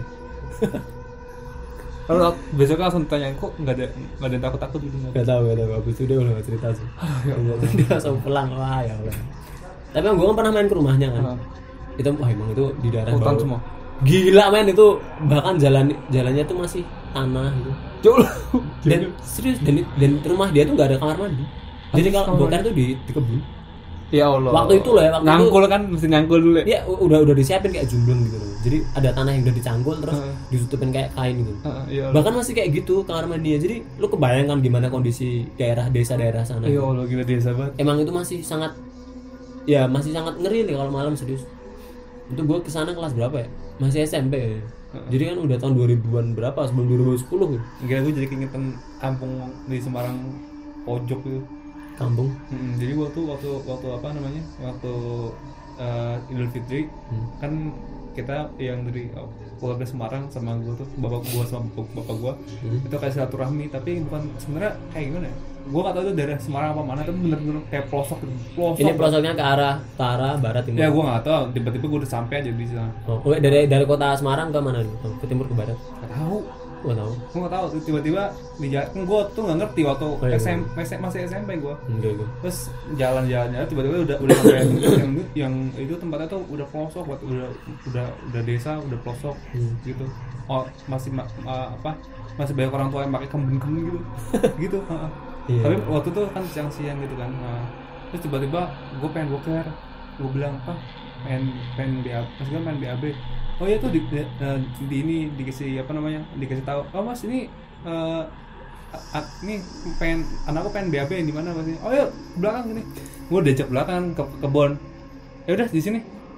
Kalau besoknya langsung tanyain kok nggak ada nggak ada yang takut takut gitu nggak? nggak tahu nggak tahu habis itu dia udah nggak cerita sih dia langsung pulang wah ya Allah tapi gue kan pernah main ke rumahnya kan Ah. itu wah emang itu di daerah Hutan bawah. semua. Gila men itu bahkan jalan jalannya tuh masih tanah gitu. Cuk. Dan serius dan, dan rumah dia tuh nggak ada kamar mandi. Jadi kalau boker tuh di di kebun. Ya Allah. Waktu itu loh ya, waktu ngangkul itu, kan mesti ngangkul dulu ya. Iya, udah udah disiapin kayak jumblung gitu loh. Jadi ada tanah yang udah dicangkul terus uh. ditutupin kayak kain gitu. Uh, iya Bahkan masih kayak gitu kamar mandinya. Jadi lu kebayangkan gimana kondisi daerah desa-daerah sana. Ya Allah, gila desa banget. Emang itu masih sangat ya masih sangat ngeri nih kalau malam serius. Itu gue kesana kelas berapa ya? Masih S M P ya. Uh. Jadi kan udah tahun dua ribuan berapa? Sebelum dua ribu sepuluh gitu. Gila, gue jadi keingetan kampung di Semarang pojok gitu. Kampung. Hmm, jadi waktu waktu waktu apa namanya waktu uh, Idul Fitri hmm. kan kita yang dari oh, keluarga Semarang sama gue tuh bapak gue sama bapak, bapak gue hmm. itu kayak silaturahmi tapi bukan sebenarnya kayak gimana ya? Gue nggak tahu itu daerah Semarang apa mana tapi bener-bener kayak pelosok pelosok. Ini pelosoknya ke arah ke arah barat timur. Ya gue nggak tahu tiba-tiba gue udah sampai aja di sana. Oh, dari dari kota Semarang ke mana? Ke timur ke barat? Nggak tahu. Gue tahu. Gue nggak tahu tiba-tiba di jalan gue tuh nggak ngerti waktu oh, iya, S M P masih S M P gue. Enggak, terus jalan-jalannya tiba-tiba udah udah sampai yang, yang yang itu tempatnya tuh udah pelosok, udah udah udah desa, udah pelosok hmm. gitu. Oh masih uh, apa masih banyak orang tua yang pakai kembun-kembun gitu, gitu. Uh, iya. Tapi waktu itu kan siang-siang gitu kan. Uh, terus tiba-tiba gue pengen boker, gue bilang apa? Pengen pengen B A B, maksudnya main B A B. Oh iya tuh di, di, di ini dikasih apa namanya dikasih tahu oh mas ini uh, a, ini pengen anakku pengen B A B di mana mas ini oh iya belakang gini gue diajak belakang ke kebun ya udah di sini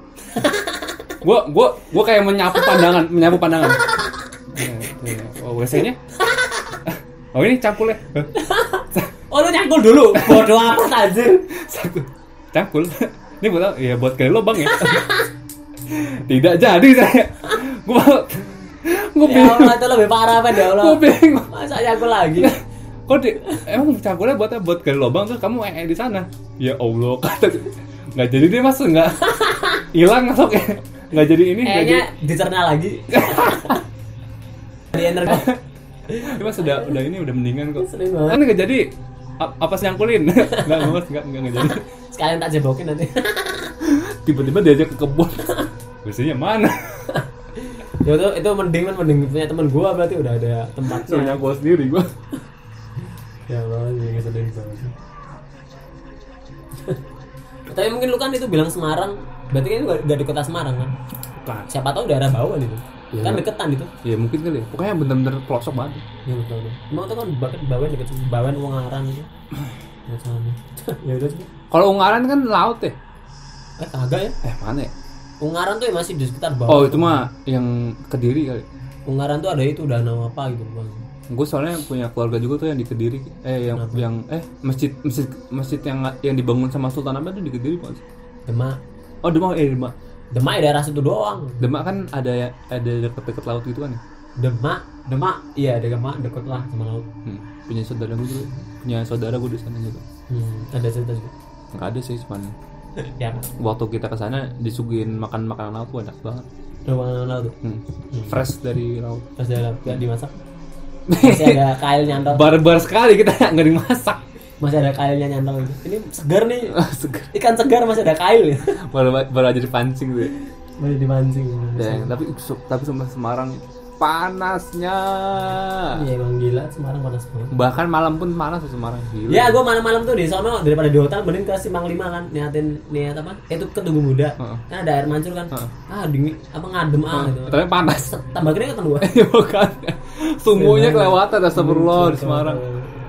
gue gue gue kayak menyapu pandangan menyapu pandangan oh W C-nya oh ini cangkulnya oh lu cangkul dulu bodoh apa anjir satu cangkul ini buat apa ya buat kali lubang ya tidak jadi saya gue gue ya Allah itu lebih parah apa ya Allah gue bingung masa cangkul lagi kok di emang cangkulnya buat buat gali lubang terus kamu ee di sana ya Allah kata nggak jadi deh mas nggak hilang masuk ya nggak jadi ini kayaknya dicerna lagi di energi mas udah udah ini udah mendingan kok kan nggak jadi apa sih nyangkulin nggak mas nggak nggak jadi sekalian tak jebokin nanti tiba-tiba diajak ke kebun biasanya mana ya itu itu mending kan mending punya teman gua berarti udah ada tempatnya punya gua sendiri gua ya Allah jadi sedih banget tapi mungkin lu kan itu bilang Semarang berarti kan nggak di kota Semarang kan bukan siapa tahu daerah Bawang itu ya, kan deketan itu ya mungkin kali ya pokoknya bener-bener pelosok banget ya betul betul emang itu kan bahkan Bawang deket Bawang Ungaran gitu ya sana ya udah sih kalau Ungaran kan laut ya eh kagak ya eh mana ya Ungaran tuh ya masih di sekitar Bawang oh itu mah yang Kediri kali Ungaran tuh ada itu danau apa gitu bang gue soalnya punya keluarga juga tuh yang di Kediri eh yang Kenapa? yang eh masjid masjid masjid yang yang dibangun sama Sultan Ahmad tuh di Kediri bukan sih Demak oh Demak eh Demak Demak ya daerah situ doang Demak kan ada ada deket-deket laut gitu kan ya Demak Demak iya ada Demak deket lah sama laut hmm. punya saudara gue juga punya saudara gue di sana juga hmm. ada cerita juga nggak ada sih cuman ya waktu kita kesana disuguhin makan makanan laut tuh enak banget makanan laut tuh hmm. hmm. fresh dari laut fresh dari laut nggak dimasak masih ada kail nyantol barbar sekali kita nggak dimasak masih ada kailnya nyantol ini segar nih segar. Ikan segar masih ada kail baru baru aja dipancing tuh baru dipancing ya, tapi tapi sama Semarang panasnya iya emang gila Semarang panas banget bahkan malam pun panas di Semarang gila ya gue malam-malam tuh di sono daripada di hotel mending ke Simpang lima kan niatin niat apa itu ke Tugu Muda uh-uh. kan ada air mancur kan uh-uh. ah dingin apa ngadem uh-uh. ah gitu tapi panas tambah kering kan gue iya bukan sumunya kelewatan astagfirullah di Semarang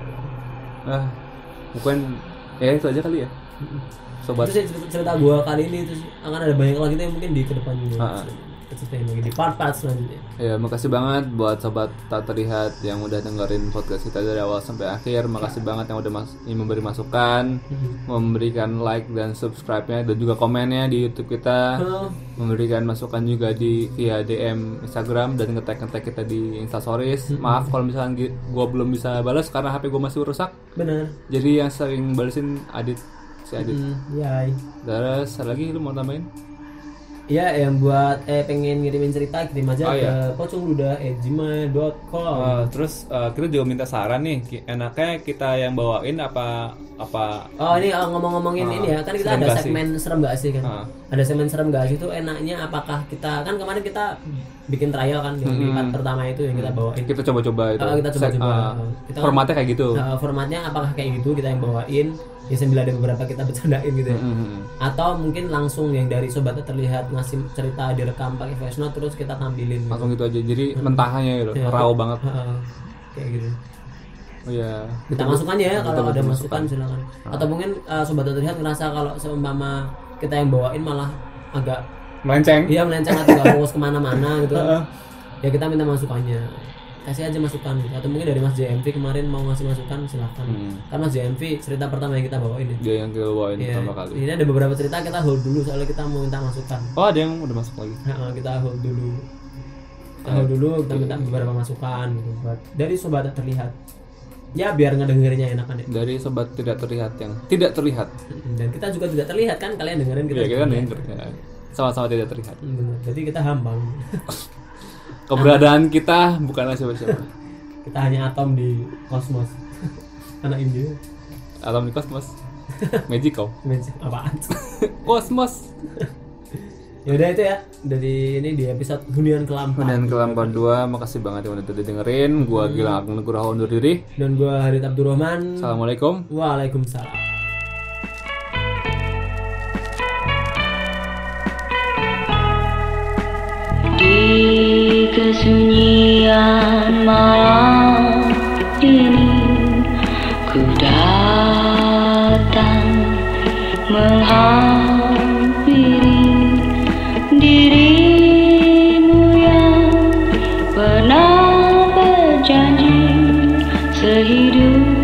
ah bukan ya itu aja kali ya sobat itu cerita gue kali ini terus akan ada banyak lagi tuh mungkin di kedepan juga uh-uh. Ceritain lagi di part-part selanjutnya. Ya, makasih banget buat sobat tak terlihat yang udah dengerin podcast kita dari awal sampai akhir. Makasih ya. banget yang udah mas- yang memberi masukan, hmm. memberikan like dan subscribe-nya dan juga komennya di YouTube kita. Hmm. Memberikan masukan juga di via D M Instagram dan nge-tag-nge-tag kita di Instastories. Hmm. Maaf kalau misalnya gue belum bisa balas karena H P gue masih rusak. Benar. Jadi yang sering balesin Adit, si Adit. Hmm. Ya. Terus lagi lu mau tambahin? Ya, yang buat eh pengen ngirimin cerita kirim aja oh, ke iya. pocongluda at gmail dot com. Uh, terus uh, kita juga minta saran nih, enaknya kita yang bawain apa apa? Oh ini uh, ngomong-ngomongin uh, ini ya, kan kita ada segmen sih? serem gak sih kan? Uh. Ada segmen serem gak sih itu enaknya apakah kita kan kemarin kita bikin trial kan yang di part pertama itu yang kita bawain. Kita coba-coba itu. Uh, kita coba-coba. Uh, kita formatnya kan, kayak gitu. Uh, formatnya apakah kayak gitu kita yang bawain? Ya sambil ada beberapa kita bercandain gitu ya. Mm-hmm. Atau mungkin langsung yang dari sobatnya terlihat ngasih cerita direkam pakai voice note terus kita tampilin. Langsung gitu, gitu aja. Jadi hmm. mentahannya gitu, ya, raw banget. Uh, kayak gitu. Oh iya. Kita masukkan ya kalau ada masukan silakan. Uh. Atau mungkin uh, sobat terlihat ngerasa kalau seumpama kita yang bawain malah agak melenceng. Iya melenceng atau nggak fokus kemana-mana gitu. Uh. Ya kita minta masukannya. Kasih aja masukan gitu. Atau mungkin dari Mas J M V kemarin mau ngasih masukan silakan. Hmm. Karena Mas J M V cerita pertama yang kita bawain ya. Dia yang kita bawain ya, pertama kali. Ini ada beberapa cerita kita hold dulu soalnya kita mau minta masukan. Oh ada yang udah masuk lagi. Nah, kita hold dulu. Kita hold dulu kita minta beberapa masukan gitu buat dari sobat terlihat. Ya biar ngedengerinnya enakan ya. Dari sobat tidak terlihat yang tidak terlihat. Dan kita juga tidak terlihat kan kalian dengerin kita. Iya kita dengerin. Ya. Sama-sama tidak terlihat. Benar. Jadi kita hambang. Keberadaan kita bukanlah siapa-siapa. Kita hanya atom di kosmos. Anak India. Atom di kosmos. Magical. Magic apaan? Kosmos. Ya udah itu ya dari ini di episode Hunian Kelampa. Hunian Kelampa dua. Makasih banget yang udah dengerin. Gua hmm. Gilang Agung Nugroho undur diri. Dan gua Harit Abdurrahman. Assalamualaikum. Waalaikumsalam. Di kesunyian malam ini ku datang menghampiri dirimu yang pernah berjanji sehidup